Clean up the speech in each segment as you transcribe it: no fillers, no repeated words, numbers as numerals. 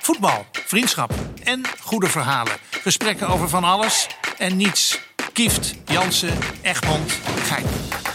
Voetbal, vriendschap en goede verhalen. Gesprekken over van alles en niets. Kieft, Jansen, Egmond, Gein.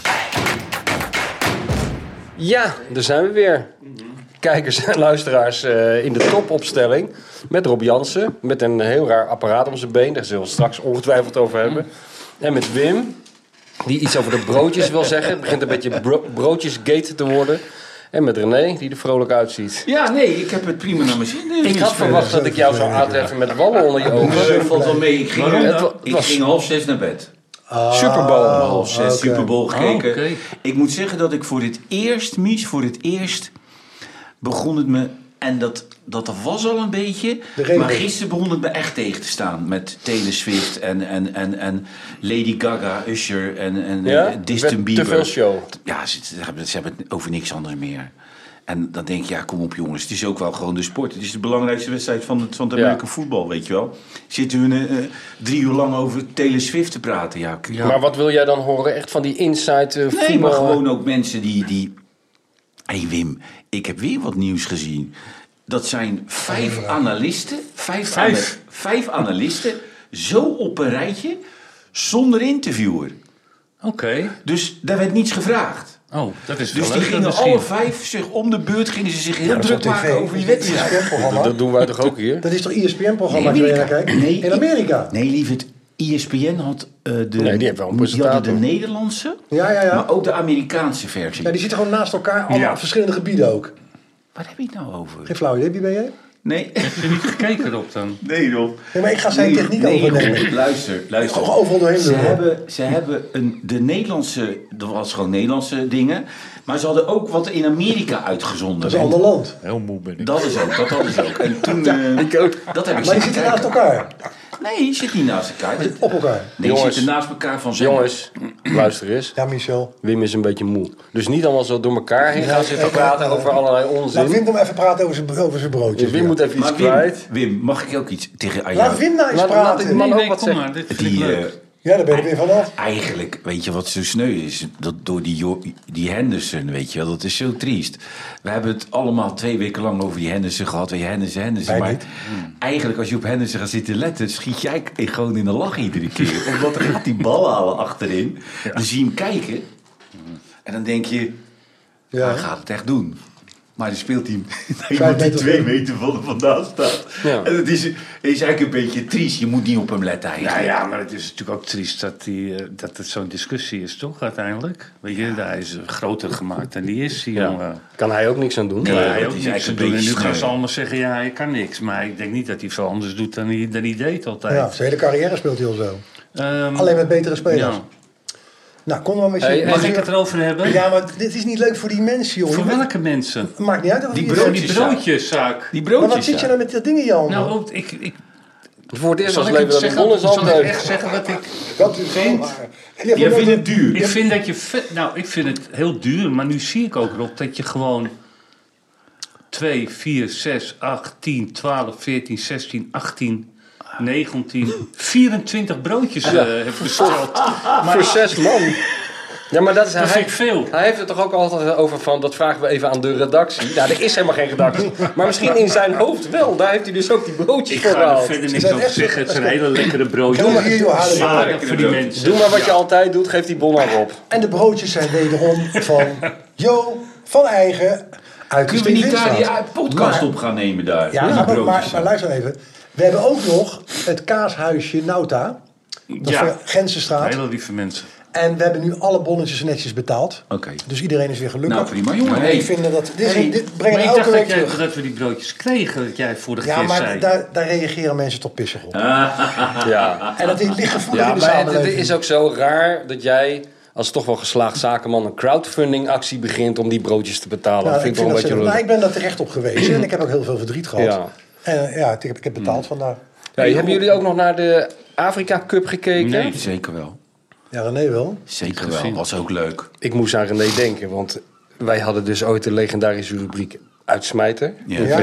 Ja, daar zijn we weer. Kijkers en luisteraars in de topopstelling. Met Rob Jansen. Met een heel raar apparaat om zijn been. Daar zullen we het straks ongetwijfeld over hebben. En met Wim. Die iets over de broodjes wil zeggen. Het begint een beetje broodjesgate te worden. En met René, die er vrolijk uitziet. Ja, nee, ik heb het prima naar mijn zin. Ik had verwacht dat ik jou zou aantreffen met wallen onder je ogen. Dat valt wel mee. Ik ging 5:30 naar bed. Super Bowl. 5:30 Super Bowl gekeken. Okay. Ik moet zeggen dat ik voor het eerst begon het me... En dat was al een beetje. Maar gisteren begon het me echt tegen te staan. Met Taylor Swift en Lady Gaga, Usher en Justin Bieber. Te veel show. Ja, ze hebben het over niks anders meer. En dan denk je, ja, kom op jongens. Het is ook wel gewoon de sport. Het is de belangrijkste wedstrijd van het American voetbal, weet je wel. Zitten we 3 uur lang over Taylor Swift te praten. Ja. Maar wat wil jij dan horen? Echt van die inside voetbal? Nee, maar gewoon ook mensen die... Hé Wim, ik heb weer wat nieuws gezien. Dat zijn 5 analisten. 5 analisten. Zo op een rijtje. Zonder interviewer. Oké. Dus daar werd niets gevraagd. Oh, dat is dus wel die leuk, gingen misschien. alle 5 zich om de beurt gingen ze zich heel druk maken over die wedstrijd. Dat doen wij toch ook hier? Dat is toch ESPN-programma waar je naar kijkt? In Amerika? Nee, lieverd. ESPN had die heeft wel een presentator. de Nederlandse, ja. maar ook de Amerikaanse versie. Ja, die zitten gewoon naast elkaar, allemaal op verschillende gebieden ook. Waar heb je het nou over? Geen flauw idee, wie ben jij? Nee. Heb je niet gekeken op dan? Nee, Rob. Nee, maar ik ga zijn techniek overnemen. Luister. Gewoon overal doorheen doen. Ze hebben de Nederlandse, dat was gewoon Nederlandse dingen, maar ze hadden ook wat in Amerika uitgezonden. Dat is een ander land. Heel moe ben ik. Dat is ook. En toen, ik ook. Dat heb ik maar je zit naast elkaar. Nee, je zit niet naast elkaar. Op elkaar. Nee, je zit naast elkaar van zijn. Jongens, luister eens. Ja, Michel. Wim is een beetje moe. Dus niet allemaal zo door elkaar heen gaan zitten praten over allerlei onzin. Laat Wim hem even praten over zijn broodjes. Wim moet even iets kwijt. Wim, mag ik ook iets tegen jou? Laat Wim nou eens praten. Laat die man ook wat zeggen. Dit vind ik leuk. Ja, daar ben je er weer vanaf. Eigenlijk, weet je wat zo sneu is? Dat door die Henderson, weet je wel, dat is zo triest. We hebben het allemaal 2 weken lang over die Henderson gehad. Weet je, Henderson. Maar eigenlijk, als je op Henderson gaat zitten letten, schiet jij gewoon in de lach iedere keer. Omdat er gaat die bal halen achterin. Ja. Dan zie je hem kijken. En dan denk je, hij gaat het echt doen. Maar dan speelt hij iemand die 2 meter vandaan staat. Ja. En het is eigenlijk een beetje triest. Je moet niet op hem letten eigenlijk. Ja, maar het is natuurlijk ook triest dat het zo'n discussie is, toch, uiteindelijk? Weet je, hij is groter gemaakt dan die is, die jongen. Kan hij ook niks aan doen? Nee, hij ook niks aan doen. En nu gaan ze allemaal zeggen, ja, hij kan niks. Maar ik denk niet dat hij veel anders doet dan hij deed altijd. Ja, zijn hele carrière speelt hij al zo. Alleen met betere spelers. Ja. Nou, kom maar met je... Mag ik het erover hebben? Ja, maar dit is niet leuk voor die mensen, joh. Voor welke mensen? Maakt niet uit. Die broodjeszaak. Maar wat zit je nou met dat ding in je handen? Nou, voor het eerst was leven dat begonnen is altijd. Zal ik echt zeggen wat ik vind? Jij vindt het duur. Ik vind dat ik vind het heel duur, maar nu zie ik ook, Rob, dat je gewoon 2, 4, 6, 8, 10, 12, 14, 16, 18... 19, 24 broodjes heeft besteld. Maar voor 6 man. Ja, maar dat vind ik veel. Hij heeft het toch ook altijd over van, dat vragen we even aan de redactie. Nou, er is helemaal geen redactie. Maar misschien in zijn hoofd wel. Daar heeft hij dus ook die broodjes voor gehaald. Ik ga er verder niks over zeggen. Het zijn hele lekkere broodjes. Doe maar hier, joh. Voor die mensen. Doe maar wat je altijd doet. Geef die bon op. En de broodjes zijn wederom van Jo van Eigen uit de Kunnen we niet daar die podcast op gaan nemen daar? Ja, maar luister even. We hebben ook nog het kaashuisje Nauta. Dat is voor Gensenstraat. Hele lieve mensen. En we hebben nu alle bonnetjes netjes betaald. Okay. Dus iedereen is weer gelukkig. Nou, prima jongen. Ik vind dat dit brengen we elke week terug. Dat we die broodjes kregen, dat jij vorige keer zei. Ja, maar daar reageren mensen toch pissig op. Ja. En dat ligt gevoelig in de maar samenleving. Het is ook zo raar dat jij als toch wel geslaagd zakenman een crowdfunding actie begint om die broodjes te betalen. Ja, dat vind ik wel een beetje leuk. Ik ben daar terecht op geweest. En ik heb ook heel veel verdriet gehad. Ja. En ik heb betaald vandaag. Ja, hebben jullie ook nog naar de Afrika Cup gekeken? Nee, zeker wel. Ja, René wel. Zeker wel, was ook leuk. Ik moest aan René denken, want wij hadden dus ooit de legendarische rubriek Uitsmijter.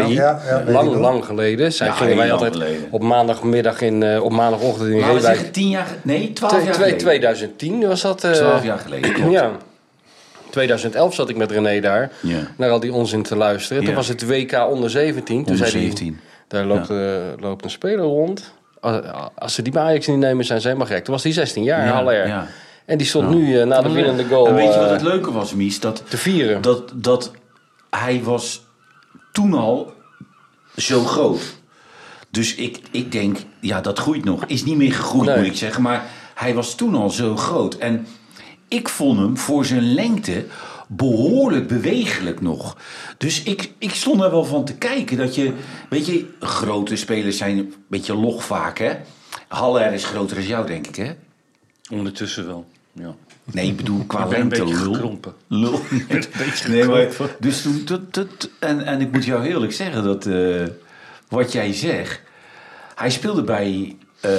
Lang geleden. Gingen wij altijd op maandagmiddag op maandagochtend in Reewijk. 12 jaar geleden. 2010 was dat. 12 jaar geleden, klopt. Ja. 2011 zat ik met René daar naar al die onzin te luisteren. Toen was het WK onder 17. Toen zei hij, Daar loopt een speler rond. Als ze die bij Ajax niet nemen, zijn ze helemaal gek. Toen was hij 16 jaar, Haller. Ja. En die stond nu na de winnende goal En weet je wat het leuke was, Mies? te vieren. Dat hij was toen al zo groot. Dus ik denk, ja, dat groeit nog. Is niet meer gegroeid, moet ik zeggen. Maar hij was toen al zo groot. En ik vond hem voor zijn lengte behoorlijk bewegelijk nog. Dus ik stond er wel van te kijken dat je... Weet je, grote spelers zijn een beetje log vaak, hè? Haller is groter dan jou, denk ik, hè? Ondertussen wel, ja. Nee, ik bedoel qua Ik ben een lengte, beetje lul. gekrompen. Lul. Nee, maar, dus toen... En ik moet jou heel eerlijk zeggen dat... wat jij zegt... Hij speelde bij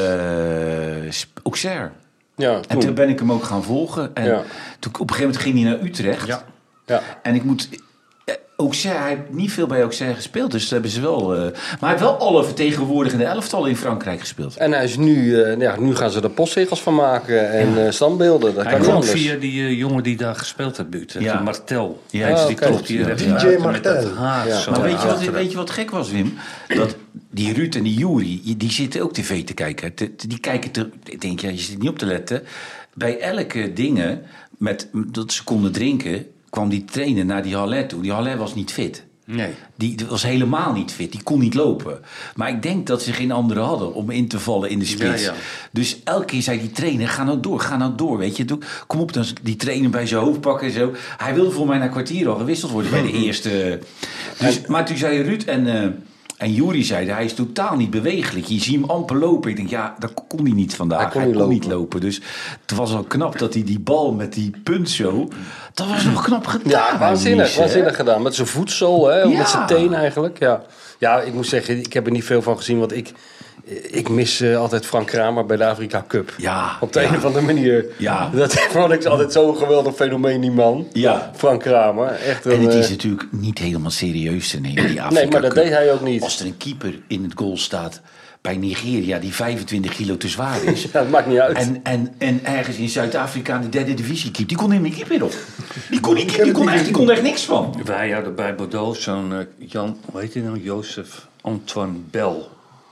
Auxerre. Ja, En toen ben ik hem ook gaan volgen. En toen op een gegeven moment ging hij naar Utrecht. Ja. En ik moet... Auxerre, hij heeft niet veel bij Auxerre gespeeld. Dus dat hebben ze wel... maar hij heeft wel alle vertegenwoordigende elftallen in Frankrijk gespeeld. En hij is nu gaan ze er postzegels van maken en standbeelden. Dat Hij kan niet kwam anders. via die jongen die daar gespeeld heeft, buurt. Ja. Die Martel. Ja, Dus die die klopt. klopt hier Ja. even DJ uit met dat Martel. haar Ja. zo Maar achteren. weet je wat gek was, Wim? Dat die Ruud en die Juri, die zitten ook tv te kijken. Die kijken ik denk, ja, je zit niet op te letten. Bij elke dingen, dat ze konden drinken, kwam die trainer naar die Haller toe. Die Haller was niet fit. Nee. Die was helemaal niet fit. Die kon niet lopen. Maar ik denk dat ze geen andere hadden om in te vallen in de spits. Ja. Dus elke keer zei die trainer, ga nou door. Weet je. Kom op, dan die trainer bij zijn hoofd pakken en zo. Hij wilde voor mij na een kwartier al gewisseld worden bij de eerste. Dus, maar toen zei Ruud en Juri zeiden, hij is totaal niet bewegelijk. Je ziet hem amper lopen. Ik denk, ja, dat kon hij niet vandaag. Hij kon niet lopen. Dus het was al knap dat hij die bal met die punt zo... Dat was nog knap gedaan. Ja, waanzinnig gedaan. Met zijn voetzool, hè? Ja. Met zijn teen eigenlijk. Ja, ik moet zeggen, ik heb er niet veel van gezien. Want ik mis altijd Frank Kramer bij de Afrika Cup. Ja. Op de een of andere manier. Ja. Dat vond ik altijd zo'n geweldig fenomeen, die man. Ja. Frank Kramer. Echt En het is natuurlijk niet helemaal serieus te nemen, die Afrika Nee, maar dat Cup. deed hij ook niet. Als er een keeper in het goal staat bij Nigeria die 25 kilo te zwaar is... Ja, dat maakt niet uit. En ergens in Zuid-Afrika in de derde divisie keept, die kon helemaal niet keeper op. Die kon echt niks van. Wij hadden bij Bordeaux zo'n hoe heet hij nou? Joseph Antoine Bel.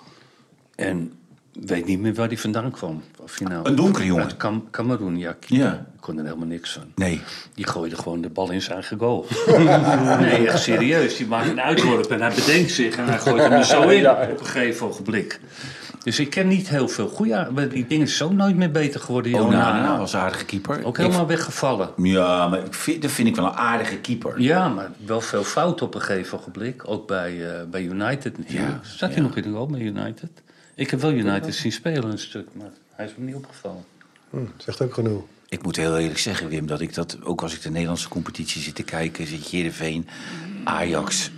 En weet niet meer waar die vandaan kwam. Of hij nou, Een donkere jongen. Uit Cameroen, ja. Ja. Ik kon er helemaal niks van. Nee. Die gooide gewoon de bal in zijn eigen goal. Nee, echt serieus. Die maakt een uitworp en hij bedenkt zich en hij gooit hem er zo in op een gegeven ogenblik. Dus ik ken niet heel veel goeie. Maar die dingen is zo nooit meer beter geworden. Onana was een aardige keeper. Ook helemaal weggevallen. Ja, maar dat vind ik wel een aardige keeper. Ja, maar wel veel fout op een gegeven ogenblik. Ook bij United natuurlijk. Ja, Zat hij nog in de goal bij United? Ik heb wel United zien spelen een stuk, maar hij is me niet opgevallen. Zegt ook genoeg. Ik moet heel eerlijk zeggen, Wim, dat ik dat... Ook als ik de Nederlandse competitie zit te kijken... zit Heerenveen, Ajax,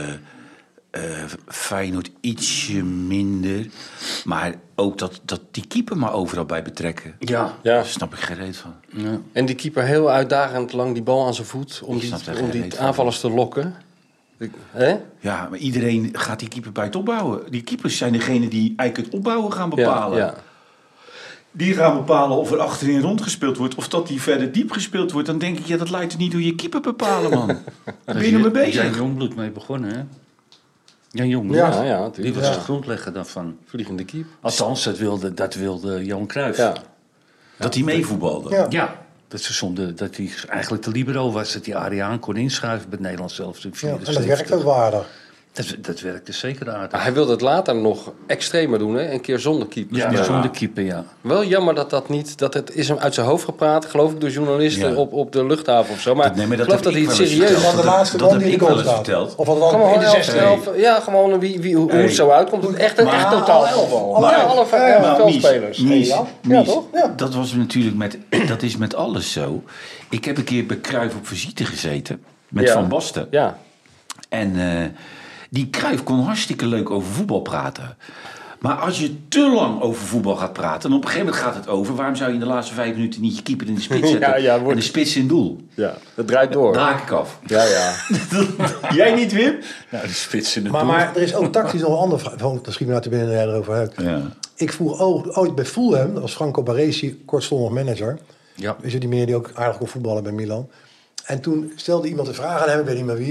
Feyenoord ietsje minder. Maar ook dat die keeper maar overal bij betrekken. Ja. Daar snap ik geen reet van. Ja. En die keeper heel uitdagend lang die bal aan zijn voet om Ik snap daar die geen reet van. aanvallers te lokken. Hè? Ja, maar iedereen gaat die keeper bij het opbouwen. Die keepers zijn degene die eigenlijk het opbouwen gaan bepalen. Ja. Die gaan bepalen of er achterin rondgespeeld wordt... of dat die verder diep gespeeld wordt. Dan denk ik, ja, dat lijkt er niet hoe je keeper bepalen, man. Daar ben je mee bezig. Jan Jongbloed mee begonnen, hè? Jan Jongbloed. Ja, Die natuurlijk. was de grondlegger daarvan. Vliegende keep. Althans, dat wilde Johan Cruijff. Ja. Dat hij meevoetbalde. Ja. Ja. Dat hij eigenlijk de libero was. Dat hij Ariaan kon inschrijven bij het Nederlands zelf. Ja, en dat werkt ook waardig. Dat werkte zeker aardig. Maar hij wilde het later nog extremer doen, hè? Een keer zonder keeper. Ja, zonder keeper, ja. Wel jammer dat het is hem uit zijn hoofd gepraat, geloof ik, door journalisten Ja. op de luchthaven of zo. Maar Nee, maar ik geloof dat hij het serieus... Van de laatste Dat man heb die in ik de wel goal eens staat. verteld. Of wat dan Gewoon in de elf, 16. ja, gewoon hoe het zo uitkomt. Het echt totaal elftal. Alle Ja, elf. alle veldspelers. Mies, Ja, toch? Ja. dat was natuurlijk dat is met alles zo. Ik heb een keer bij Cruijff op visite gezeten. Met Ja. Van Basten. Ja. En die Cruijff kon hartstikke leuk over voetbal praten. Maar als je te lang over voetbal gaat praten... en op een gegeven moment gaat het over... waarom zou je in de laatste 5 minuten niet je keeper in de spits zetten... Ja, wordt- en de spits in doel? Ja, dat draait door. Raak ik af. Ja. Jij niet, Wim? Nou, die spits in het Maar er is ook tactisch nog een ander vraag. Dat schiet me uit de binnen dat jij erover hebt. Ja. Ik vroeg ooit bij Fulham, dat was Franco Baresi, kortstondig manager. Ja. Weet je, die meneer die ook aardig kon voetballen bij Milan. En toen stelde iemand een vraag aan hem, ik weet niet meer wie.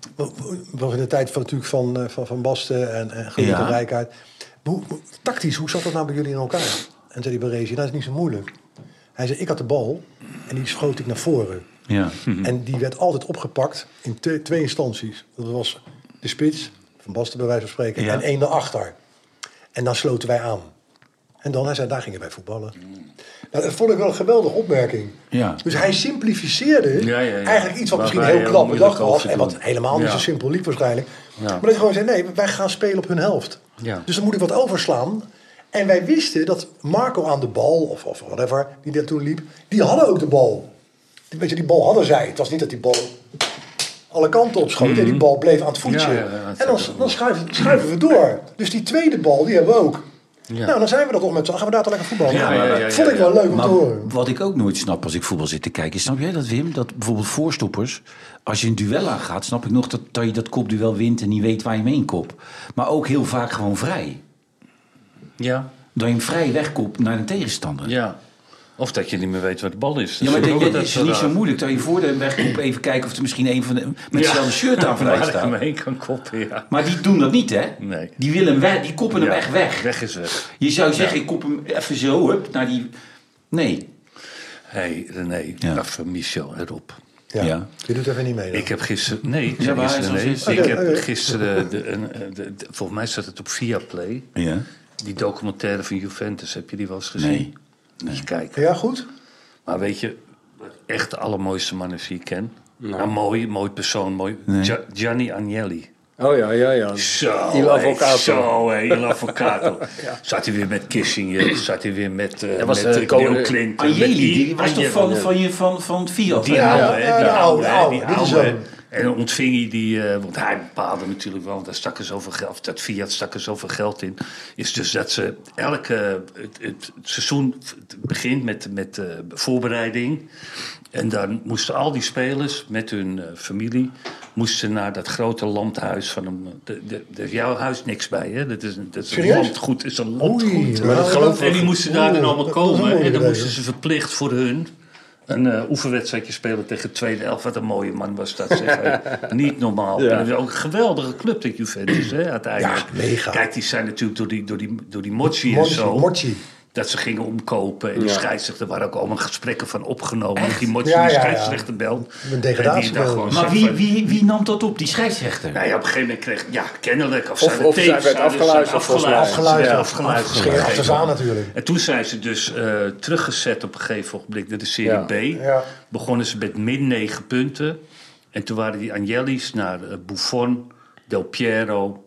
was in de tijd natuurlijk van Basten en Gelukkig en Rijkaard. Tactisch, hoe zat dat nou bij jullie in elkaar? En zei hij bij Rezi, dat is niet zo moeilijk. Hij zei, ik had de bal en die schoot ik naar voren. Ja. En die werd altijd opgepakt in twee instanties. Dat was de spits, van Basten bij wijze van spreken, en 1 daarachter. En dan sloten wij aan. En dan, hij zei, daar gingen wij voetballen. Nou, dat vond ik wel een geweldige opmerking. Ja. Dus hij simplificeerde eigenlijk iets wat misschien heel knap bedacht was. En wat helemaal niet zo simpel liep waarschijnlijk. Ja. Maar dat hij gewoon zei, nee, wij gaan spelen op hun helft. Ja. Dus dan moet ik wat overslaan. En wij wisten dat Marco aan de bal, of whatever, die daar toen liep, die hadden ook de bal. Weet je, die bal hadden zij. Het was niet dat die bal alle kanten op schoot. Die bal bleef aan het voetje. En dan schuiven we door. Dus die tweede bal, die hebben we ook. Ja. Nou, dan zijn we dat toch met z'n. Gaan we daar toch lekker voetballen? Vond ik wel leuk om te horen. Wat ik ook nooit snap als ik voetbal zit te kijken, snap jij dat, Wim? Dat bijvoorbeeld voorstoppers, als je een duel aangaat, snap ik nog dat je dat kopduel wint en niet weet waar je mee inkopt. Maar ook heel vaak gewoon vrij. Ja. Dat je hem vrij wegkopt naar een tegenstander. Ja. Of dat je niet meer weet waar de bal is. Ja, maar dat is niet zo moeilijk. Dat je voor de wegkomt even kijken of er misschien een van de met hetzelfde shirt aan vrij staat. Waar ik hem kan koppen, ja. Maar die doen dat niet, hè? Nee. Die willen weg, die koppen hem echt weg. Weg is weg. Je zou zeggen, ik kop hem even zo, naar die... Nee. Hé, René, even Michel erop. Ja. Je doet even niet mee dan. Ik heb gisteren... Nee, ik heb gisteren... volgens mij staat het op Viaplay. Ja. Die documentaire van Juventus, heb je die wel eens gezien? Nee. Moet je kijken. Ja, goed. Maar weet je, echt de allermooiste man is die ik ken. Nou. Mooi persoon, mooi. Nee. Gianni Agnelli. Oh ja. Zo, Il Avvocato. Il Avvocato. Zat hij weer met Kissinger, zat hij weer met Bill Clinton. Agnelli, die was toch van Fiat? Die oude. En dan ontving hij die, want hij bepaalde natuurlijk wel, want daar stak er zoveel geld, dat Fiat stak er zoveel geld in. Is dus dat ze het seizoen begint met voorbereiding. En dan moesten al die spelers met hun familie moesten naar dat grote landhuis van hem. Er is jouw huis niks bij, hè? Dat is een landgoed. Is een landgoed. En die moesten daar dan allemaal komen. En dan moesten ze verplicht voor hun een oefenwedstrijdje spelen tegen tweede elf. Wat een mooie man was dat, zeg. Niet normaal. Ja. En dat is ook een geweldige club, de Juventus, hè, uiteindelijk. Ja, mega. Kijk, die zijn natuurlijk door die Mochi en zo. Dat ze gingen omkopen. En de scheidsrechter waren ook allemaal gesprekken van opgenomen. Echt? Die Mochi die scheidsrechter belt. Een degradatie. Maar wie nam dat op, die scheidsrechter? Nou ja, op een gegeven moment kreeg... Ja, kennelijk. Of zij werd afgeluisterd. Afgeluisterd natuurlijk. En toen zijn ze dus teruggezet op een gegeven moment naar de Serie B. Ja. Begonnen ze met min 9 punten. En toen waren die Agnelli's naar Buffon, Del Piero,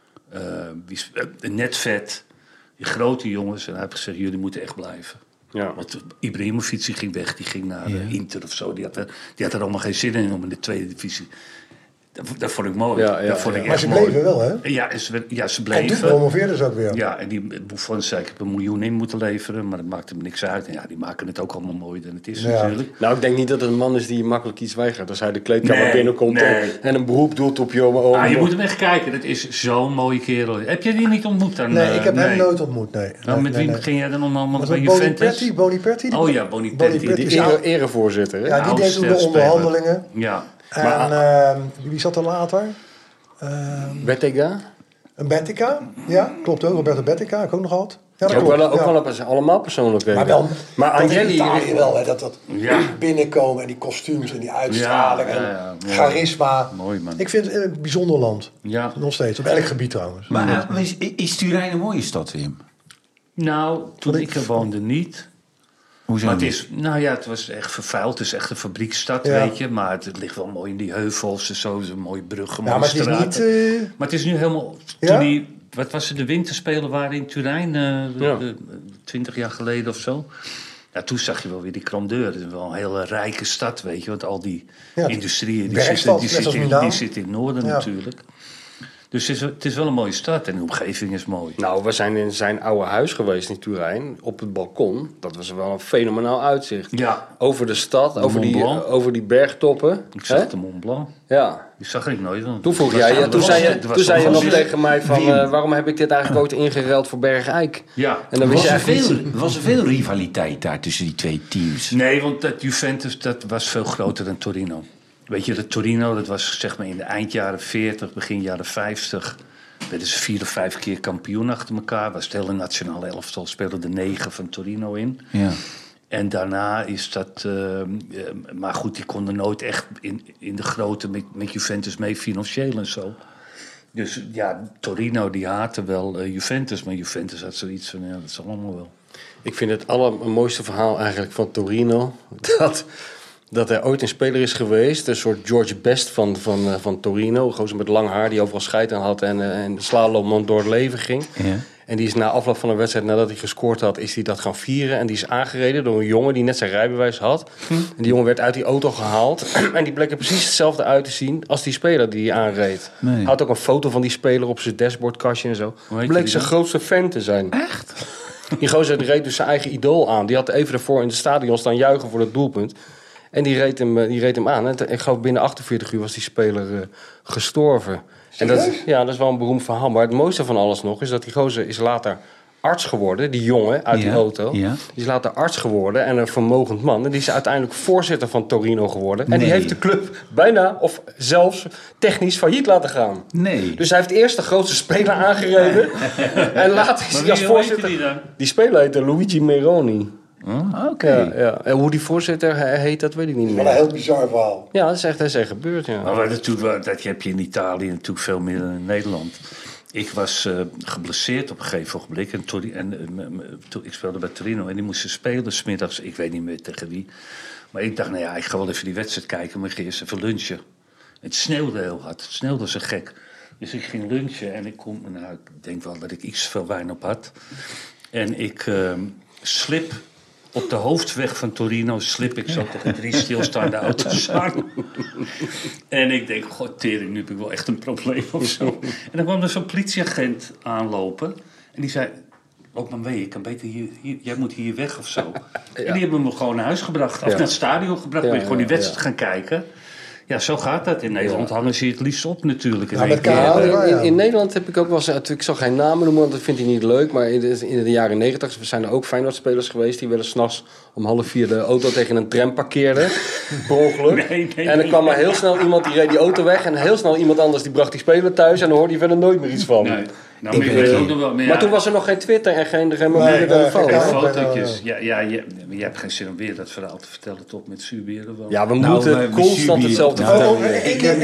Netvet... Die grote jongens. En hij heeft gezegd, jullie moeten echt blijven. Ja. Want Ibrahimovic ging weg. Die ging naar Inter of zo. Die had er allemaal geen zin in om in de tweede divisie. Dat vond ik mooi. Maar ze bleven wel, hè? Ja, ze bleven. En toen promoveerden ze ook weer. Ja, en die Buffon zei, ik heb 1 miljoen in moeten leveren. Maar dat maakte me niks uit. En ja, die maken het ook allemaal mooier dan het is natuurlijk. Nou, ik denk niet dat het een man is die makkelijk iets weigert. Als hij de kleedkamer binnenkomt en een beroep doet op je... je moet hem echt kijken. Dat is zo'n mooie kerel. Heb je die niet ontmoet dan? Nee, ik heb hem nooit ontmoet, met wie ging jij dan allemaal bij Juventus? Boniperti? Oh ja, Boniperti. Die erevoorzitter. Ja, die deed toen de onderhandelingen. Ja. En wie zat er later? Bettega? Een Bettica, ja, klopt ook. Roberto Bettica, heb ik ook nog gehad. Ja, dat klopt. Ook wel allemaal persoonlijk weten. Maar Agnelli wel, hè, dat binnenkomen en die kostuums en die uitstraling en charisma. Mooi, man. Ik vind het een bijzonder land. Ja. Nog steeds, op elk gebied trouwens. Maar is Turijn een mooie stad, Wim? Nou, toen ik er woonde niet. Hoezo maar het was echt vervuild. Het is echt een fabrieksstad, weet je. Maar het ligt wel mooi in die heuvels en zo. Zo'n mooie bruggen, mooie straten. Maar het is niet... Maar het is nu helemaal... Wat was het, de winterspelen waren in Turijn 20 jaar geleden of zo. Ja, toen zag je wel weer die grandeur. Het is wel een hele rijke stad, weet je. Want al die industrieën, die zitten in het noorden natuurlijk. Dus het is wel een mooie stad en de omgeving is mooi. Nou, we zijn in zijn oude huis geweest in Turijn, op het balkon. Dat was wel een fenomenaal uitzicht. Ja. Over de stad, over die bergtoppen. Ik zag de Mont Blanc. Ja. Die zag ik nooit. Toen vroeg jij, toen zei je nog tegen mij van, waarom heb ik dit eigenlijk ooit ingeruild voor Bergijk? Ja. En dan was er veel rivaliteit daar tussen die twee teams? Nee, want dat Juventus dat was veel groter dan Torino. Weet je, de Torino, dat was zeg maar in de eindjaren 40, begin jaren 50. Werden ze 4 of 5 keer kampioen achter elkaar. Was het hele nationale elftal, speelde de 9 van Torino in. Ja. En daarna is dat... maar goed, die konden nooit echt in de grote met Juventus mee financieel en zo. Dus ja, Torino die haatte wel Juventus. Maar Juventus had zoiets van, ja, dat is allemaal wel. Ik vind het allermooiste verhaal eigenlijk van Torino... dat er ooit een speler is geweest, een soort George Best van Torino. Een gozer met lang haar die overal scheid aan had en de slalom door het leven ging. Ja. En die is na afloop van een wedstrijd, nadat hij gescoord had, is hij dat gaan vieren. En die is aangereden door een jongen die net zijn rijbewijs had. En die jongen werd uit die auto gehaald. En die bleek er precies hetzelfde uit te zien als die speler die hij aanreed. Nee. Hij had ook een foto van die speler op zijn dashboardkastje en zo. Bleek zijn grootste fan te zijn. Echt? Die gozer reed dus zijn eigen idool aan. Die had even daarvoor in het stadion staan juichen voor het doelpunt. En die reed hem aan. En ik geloof binnen 48 uur was die speler gestorven. En dat is wel een beroemd verhaal. Maar het mooiste van alles nog is dat die gozer is later arts geworden. Die jongen uit die auto. Ja. Die is later arts geworden en een vermogend man. En die is uiteindelijk voorzitter van Torino geworden. Nee. En die heeft de club bijna of zelfs technisch failliet laten gaan. Nee. Dus hij heeft eerst de grootste speler aangereden. En later is hij als voorzitter... Die speler heette Luigi Meroni. Oké. Ja. En hoe die voorzitter heet, dat weet ik niet meer. Wel een heel bizar verhaal. Ja, dat is echt gebeurd, ja. Maar dat heb je in Italië natuurlijk veel meer dan in Nederland. Ik was geblesseerd op een gegeven ogenblik. Ik speelde bij Torino en die moesten spelen 's middags. Ik weet niet meer tegen wie. Maar ik dacht, ik ga wel even die wedstrijd kijken. Maar ik ging eerst even lunchen. Het sneeuwde heel hard. Het sneeuwde zo gek. Dus ik ging lunchen en ik denk wel dat ik iets veel wijn op had. En ik slip... Op de hoofdweg van Torino slip ik zo tegen 3 stilstaande auto's aan. En ik denk, god tering, nu heb ik wel echt een probleem of zo. En dan kwam er zo'n politieagent aanlopen. En die zei, loop maar mee, ik kan beter jij moet hier weg of zo. Ja. En die hebben me gewoon naar huis gebracht. Of naar het stadion gebracht, ben je gewoon die wedstrijd gaan kijken. Ja, zo gaat dat. In Nederland hangen ze het liefst op natuurlijk. In Nederland heb ik ook wel eens... Ik zal geen namen noemen, want dat vindt hij niet leuk. Maar in de jaren 90 zijn er ook Feyenoord-spelers geweest... die wel eens 's nachts om 3:30 de auto tegen een tram parkeerden. Per ongeluk. En dan kwam maar heel snel iemand, die reed die auto weg... en heel snel iemand anders die bracht die speler thuis... en dan hoorde je verder nooit meer iets van. Nee. Maar toen was er nog geen Twitter en geen mobiele telefoon. Geen fotootjes. Je hebt geen zin om weer dat verhaal te vertellen, toch met Subier? Ja, we moeten constant hetzelfde vertellen.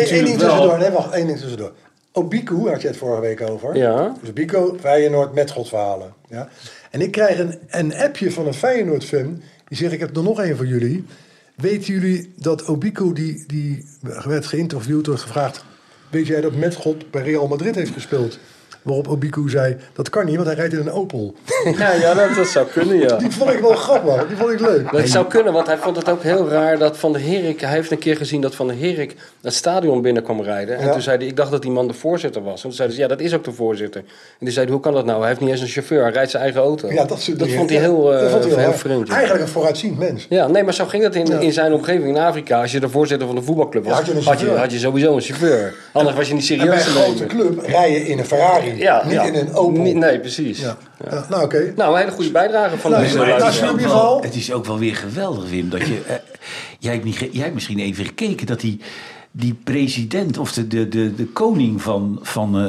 Eén ding tussendoor. Obiku had je het vorige week over. Ja. Dus Obiku, Feyenoord met godverhalen. Ja. En ik krijg een appje van een Feyenoord-fan. Die zegt, ik heb er nog één voor jullie. Weten jullie dat Obiku, die werd geïnterviewd, wordt gevraagd... Weet jij dat Metgod bij Real Madrid heeft gespeeld? Waarop Obiku zei, dat kan niet, want hij rijdt in een Opel. Ja, dat zou kunnen, ja. Die vond ik wel grappig, die vond ik leuk. Dat zou kunnen, want hij vond het ook heel raar dat Van der Herik... Hij heeft een keer gezien dat Van der Herik het stadion binnen kwam rijden. En toen zei hij, ik dacht dat die man de voorzitter was. En toen zei hij, ja, dat is ook de voorzitter. En toen zei hij, hoe kan dat nou? Hij heeft niet eens een chauffeur, hij rijdt zijn eigen auto. Ja, dat vond hij heel vreemd. Eigenlijk een vooruitziend mens. Ja, nee, maar zo ging dat in zijn omgeving in Afrika. Als je de voorzitter van de voetbalclub was, had je sowieso een chauffeur. Anders was je niet serieus te nemen. En bij een grote club rij je in een Ferrari. Niet in een Opel. Nee, precies. Ja. Nou, oké. Nou, een hele goede bijdrage van deze luisteraar. Het is ook wel weer geweldig, Wim, dat je... jij hebt misschien even gekeken dat die president of de koning van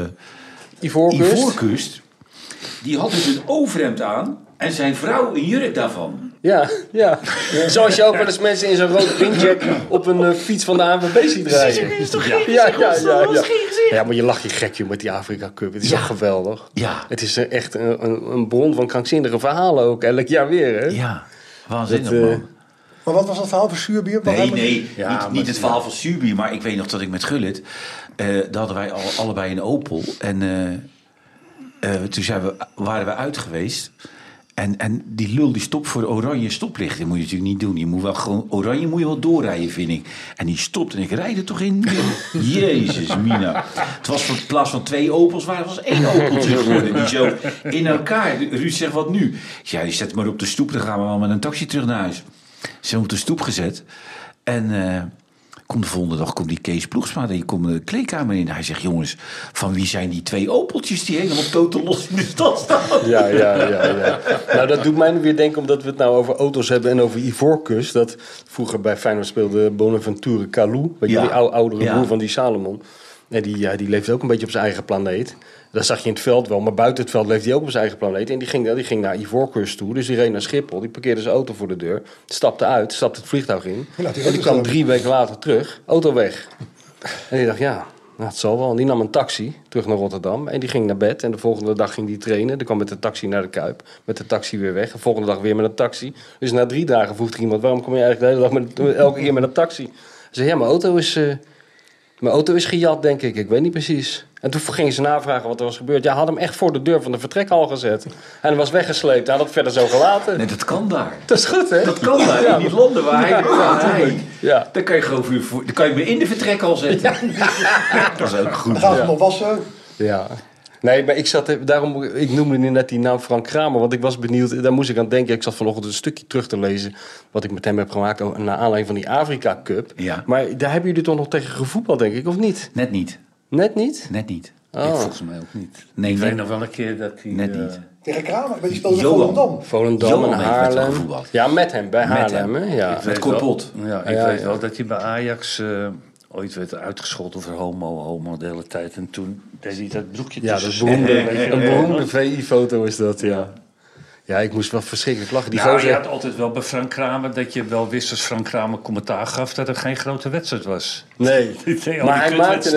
Ivoorkust... die had dus een overhemd aan en zijn vrouw een jurk daarvan. Ja. Zoals je ook wel eens mensen in zo'n rood windjack op een fiets van de ANWB ziet rijden. Is toch geen Ja, maar je lacht je gek, joh, met die Afrika Cup. Het is toch geweldig? Ja. Het is echt een bron van krankzinnige verhalen ook. Elk jaar weer, hè? Ja, waanzinnig, man. Maar wat was dat verhaal van Zuurbier? Nee, niet het verhaal van Zuurbier. Maar ik weet nog dat ik met Gullit... daar hadden wij allebei een Opel. En toen waren we uit geweest... En die lul die stopt voor de oranje stoplicht. Dat moet je natuurlijk niet doen. Je moet wel gewoon oranje moet je wel doorrijden, vind ik. En die stopt en ik rijd er toch in. Jezus, mina. Het was in plaats van 2 Opels, was 1 Opeltje geworden. Die zo in elkaar. Ruud zegt, wat nu? Ja, die zet maar op de stoep. Dan gaan we wel met een taxi terug naar huis. Ze hebben op de stoep gezet. En de volgende dag die Kees Ploegsma, die komt de kleedkamer in. Hij zegt, jongens, van wie zijn die 2 Opeltjes die helemaal totaal los in de stad staan? Ja. Nou, dat doet mij weer denken, omdat we het nou over auto's hebben en over Ivoorkust. Dat vroeger bij Feyenoord speelde Bonaventure Kalou, weet je, die oudere broer van die Salomon. En die leefde ook een beetje op zijn eigen planeet. Dat zag je in het veld wel, maar buiten het veld leefde hij ook op zijn eigen planeet. En die ging naar Ivoorkust toe, dus die reed naar Schiphol. Die parkeerde zijn auto voor de deur, stapte het vliegtuig in. En die kwam 3 weken later terug, auto weg. En die dacht, het zal wel. En die nam een taxi terug naar Rotterdam en die ging naar bed. En de volgende dag ging die trainen. Die kwam met de taxi naar de Kuip, met de taxi weer weg. De volgende dag weer met een taxi. Dus na 3 dagen vroeg er iemand, waarom kom je eigenlijk de hele dag elke keer met een taxi? Hij zei, mijn auto is gejat, denk ik. Ik weet niet precies. En toen gingen ze navragen wat er was gebeurd. Ja, had hem echt voor de deur van de vertrekhal gezet. En hij was weggesleept. Hij had het verder zo gelaten. Nee, dat kan daar. Dat is goed, hè? Dat kan daar. In die landen waar hij... Ja. Dan kan je gewoon dan kan je me in de vertrekhal zetten. Ja. Dat is ook goed. Dan gaan we nog wassen. Ja. Nee, maar ik noemde net die naam Frank Kramer, want ik was benieuwd, daar moest ik aan denken. Ik zat vanochtend een stukje terug te lezen wat ik met hem heb gemaakt naar aanleiding van die Afrika Cup. Ja. Maar daar hebben jullie toch nog tegen gevoetbald, denk ik, of niet? Net niet. Net niet? Net niet. Ik volgens mij ook niet. Nee, ik weet nog wel een keer dat hij... Net niet. Tegen Kramer? Maar die speelde in Volendam. Volendam en Haarlem. Ja, met hem, bij Haarlem. Hè? Ja. Met Korpot. Ik weet wel dat hij bij Ajax... ooit werd uitgescholden voor homo de hele tijd. En toen deed hij dat broekje tussen. Ja, een beroemde VI-foto is dat, ja. Ja, ik moest wel verschrikkelijk lachen. Je had altijd wel bij Frank Kramer dat je wel wist als Frank Kramer commentaar gaf dat er geen grote wedstrijd was. Nee, maar hij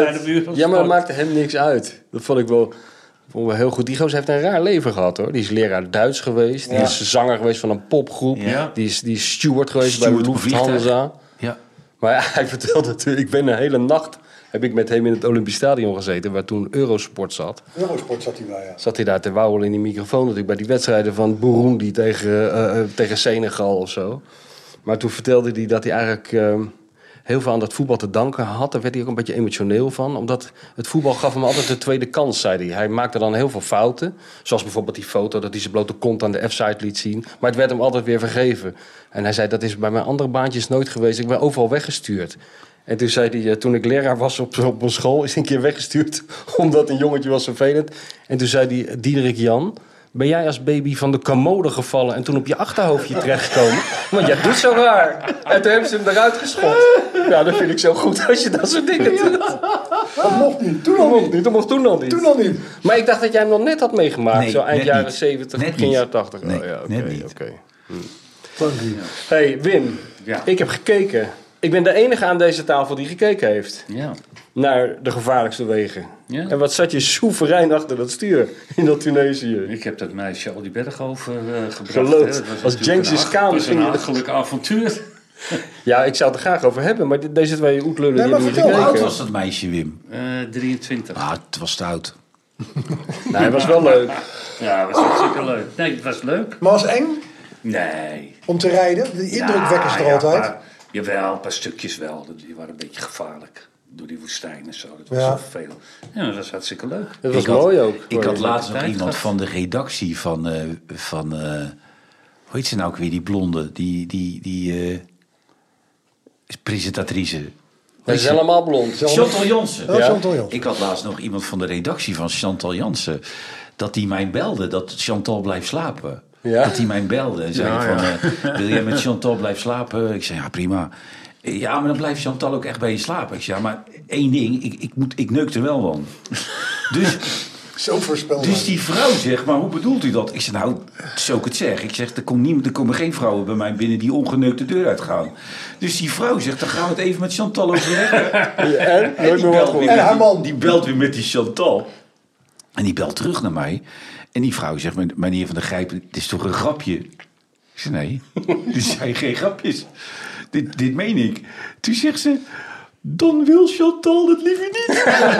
maakte hem niks uit. Dat vond ik wel heel goed. Die gozer heeft een raar leven gehad, hoor. Die is leraar Duits geweest. Die is zanger geweest van een popgroep. Ja. Die is steward geweest bij Lufthansa. Ja. Maar hij vertelde natuurlijk, ik ben een hele nacht heb ik met hem in het Olympisch Stadion gezeten, waar toen Eurosport zat. Eurosport zat hij bij, ja. Zat hij daar te wauwelen in die microfoon natuurlijk bij die wedstrijden van Burundi tegen Senegal of zo. Maar toen vertelde hij dat hij eigenlijk heel veel aan dat voetbal te danken had. Daar werd hij ook een beetje emotioneel van. Omdat het voetbal gaf hem altijd de tweede kans, zei hij. Hij maakte dan heel veel fouten. Zoals bijvoorbeeld die foto dat hij zijn blote kont aan de F-side liet zien. Maar het werd hem altijd weer vergeven. En hij zei, dat is bij mijn andere baantjes nooit geweest. Ik ben overal weggestuurd. En toen zei hij, toen ik leraar was op mijn school, is hij een keer weggestuurd. Omdat een jongetje was vervelend. En toen zei hij, Diederik Jan, ben jij als baby van de commode gevallen en toen op je achterhoofdje terechtgekomen? Want jij doet zo raar. En toen hebben ze hem eruit geschot. Nou, dat vind ik zo goed als je dat soort dingen doet. Dat mocht niet. Toen al niet. Dat mocht toen al niet. Toen al niet. Maar ik dacht dat jij hem nog net had meegemaakt. Nee, zo eind jaren niet. 70, net begin jaren 80. Nee, net niet. Okay. Hey, Wim. Ja. Ik heb gekeken. Ik ben de enige aan deze tafel die gekeken heeft. Ja. Naar de gevaarlijkste wegen. Ja. En wat zat je soeverein achter dat stuur in dat Tunesië. Ik heb dat meisje al die berg over gebracht. Geloofd. Als Genghis Khan. Het was een achterlijk avontuur. Ja, ik zou het er graag over hebben. Maar deze twee oetlullen die hebben niet gekeken. Hoe oud was dat meisje, Wim? 23. Ah, het was te oud. Nee, het was wel leuk. Ja, het was hartstikke leuk. Nee, het was leuk. Maar was het eng? Nee. Om te rijden? De indruk wekken ze er altijd? Jawel, een paar stukjes wel. Die waren een beetje gevaarlijk. Door die woestijn en zo. Dat was zo veel. Ja, dat was hartstikke leuk. Dat was mooi ook. Ik had laatst nog iemand van de redactie van hoe heet ze nou ook weer, die blonde, die presentatrice. Ze is allemaal blond. Chantal Jansen. Ja. Chantal Jansen. Ik had laatst nog iemand van de redactie van Chantal Jansen, dat die mij belde dat Chantal blijft slapen. Ja? Dat hij mij belde en zei wil jij met Chantal blijven slapen? Ik zei, ja, prima. Ja, maar dan blijft Chantal ook echt bij je slapen. Ik zei, ja, maar één ding, ik neuk er wel van. Dus, zo voorspelbaar. Dus die vrouw zegt, maar hoe bedoelt u dat? Ik zeg, nou, zo ik het zeg. Ik zeg, er komen geen vrouwen bij mij binnen die ongeneukt de deur uitgaan. Dus die vrouw zegt, dan gaan we het even met Chantal overleggen. En die belt weer met die Chantal. En die belt terug naar mij. En die vrouw zegt, meneer Van der Gijpen, dit is toch een grapje? Ik zeg, nee, dit zijn geen grapjes. Dit meen ik. Toen zegt ze, dan wil Chantal het liever niet.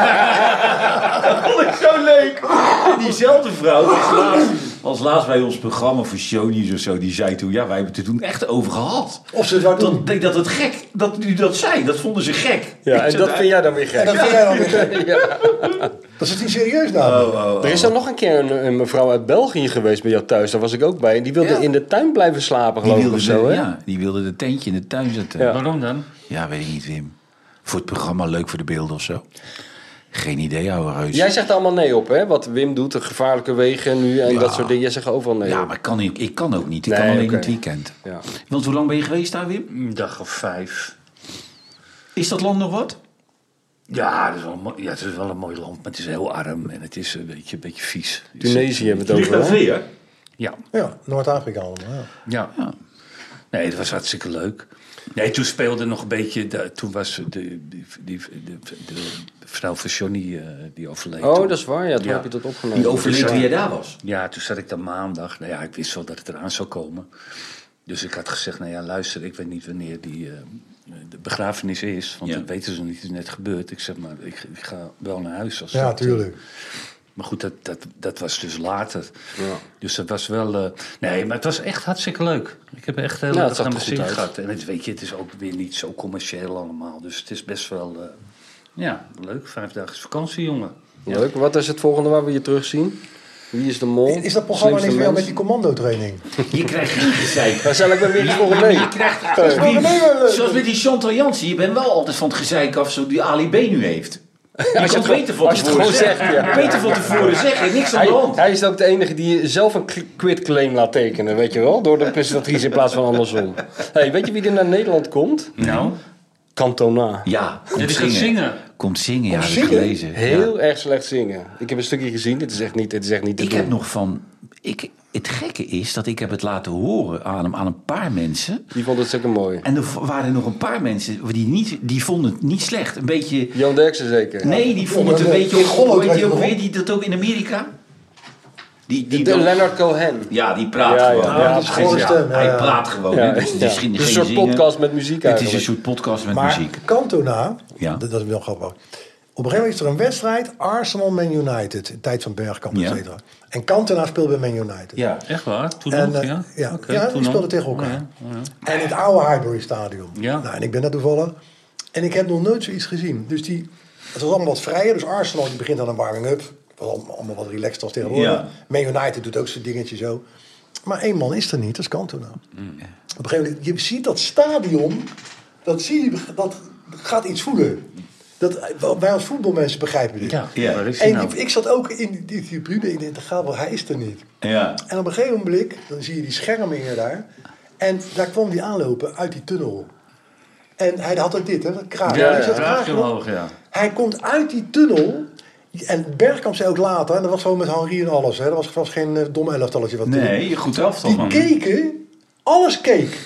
Dat vond ik zo leuk. En diezelfde vrouw was laatst bij ons programma voor Shownieuws of zo. Die zei toen, ja, wij hebben het er toen echt over gehad. Of ze het wou doen. Ik denk dat het gek, dat u dat zei. Dat vonden ze gek. Ja, en dat vind jij dan weer gek. En dat vind jij dan weer gek. Ja. Dat is het niet serieus nou. Er is dan nog een keer een mevrouw uit België geweest bij jou thuis. Daar was ik ook bij. En die wilde in de tuin blijven slapen, geloof ik, of zo. Ja, die wilde de tentje in de tuin zetten. Ja. Waarom dan? Ja, weet ik niet, Wim. Voor het programma, leuk voor de beelden of zo. Geen idee, ouwe reus. Jij zegt er allemaal nee op, hè? Wat Wim doet, de gevaarlijke wegen nu en dat soort dingen. Jij zegt overal nee op. Maar ik kan ook niet. Ik kan alleen het weekend. Ja. Want hoe lang ben je geweest daar, Wim? Een dag of 5. Is dat land nog wat? Ja, het is wel een mooi land, maar het is heel arm en het is een beetje vies. Tunesië hebben we het over. Ligt daar Ja. Ja, Noord-Afrika allemaal. Ja. Nee, het was hartstikke leuk. Nee, toen speelde nog een beetje... Toen was de vrouw van Johnny die overleed. Oh, dat is waar. Ja, toen heb je dat opgenomen. Die overleed toen jij daar was? Ja, toen zat ik daar maandag. Nou ja, ik wist wel dat het eraan zou komen. Dus ik had gezegd, nou ja, luister, ik weet niet wanneer de begrafenis is. Want dat weten ze niet, het is net gebeurd. Ik zeg maar, ik ga wel naar huis. Ja, tuurlijk. Maar goed, dat was dus later. Ja. Dus dat was wel... nee, maar het was echt hartstikke leuk. Ik heb echt heel erg naar mijn zin gehad. En het is ook weer niet zo commercieel allemaal. Dus het is best wel... leuk. 5 dagen vakantie, jongen. Ja. Leuk. Wat is het volgende waar we je terugzien? Wie is de mol? Is dat programma niet weer met die commandotraining? Je krijgt geen gezeik. Waar zal ik maar weer voor mee? Je krijgt... Zoals met die Chantal Jansen. Je bent wel altijd van het gezeik af zo die Ali B nu heeft. Als je het beter van tevoren zegt. Beter van tevoren zeggen, niks aan de hand. Hij is ook de enige die zelf een quitclaim laat tekenen, weet je wel? Door de presentatrice in plaats van andersom. Hey, weet je wie er naar Nederland komt? Nou? Cantona. Ja, komt zingen. Komt zingen, ja, heb ik gelezen. Heel erg slecht zingen. Ik heb een stukje gezien, het is echt niet te doen. Ik heb nog van... Het gekke is dat ik heb het laten horen aan een paar mensen. Die vonden het zeker mooi. En er waren nog een paar mensen die vonden het niet slecht. Een beetje... Jan Derksen zeker? Nee, die vonden het een beetje... Hoe heet die ook weer? Die dat ook in Amerika? Leonard Cohen. Ja, die praat gewoon. Hij praat gewoon. Het is een soort podcast met muziek eigenlijk. Het is een soort podcast met muziek. Maar Cantona, dat is wel grappig. Op een gegeven moment is er een wedstrijd, Arsenal-Man United, in tijd van Bergkamp, et cetera. En Cantona speelde bij Man United. Ja, echt waar? Toen en, nog, ja? Ja, die speelden tegen elkaar. En in het oude Highbury Stadion. Ja. Nou, en ik ben daar toevallig. En ik heb nog nooit zoiets gezien. Dus het was allemaal wat vrijer. Dus Arsenal die begint aan een warming-up. Het was allemaal wat relaxed als tegenwoordig. Ja. Man United doet ook zijn dingetje zo. Maar één man is er niet, dat is Cantona. Op een gegeven moment, je ziet dat stadion, dat gaat iets voelen. Wij als voetbalmensen begrijpen dit. Ja. En ik zat ook in die tribune in de gaal, hij is er niet. Ja. En op een gegeven moment, dan zie je die schermen hier daar. En daar kwam die aanlopen uit die tunnel. En hij had ook dit, hè, dat kraag. Ja. Hij komt uit die tunnel. En Bergkamp zei ook later, en dat was gewoon met Henry en alles. Hè, dat was geen dom elftalletje. Nee, goed elftal, man. Die keken, alles keek.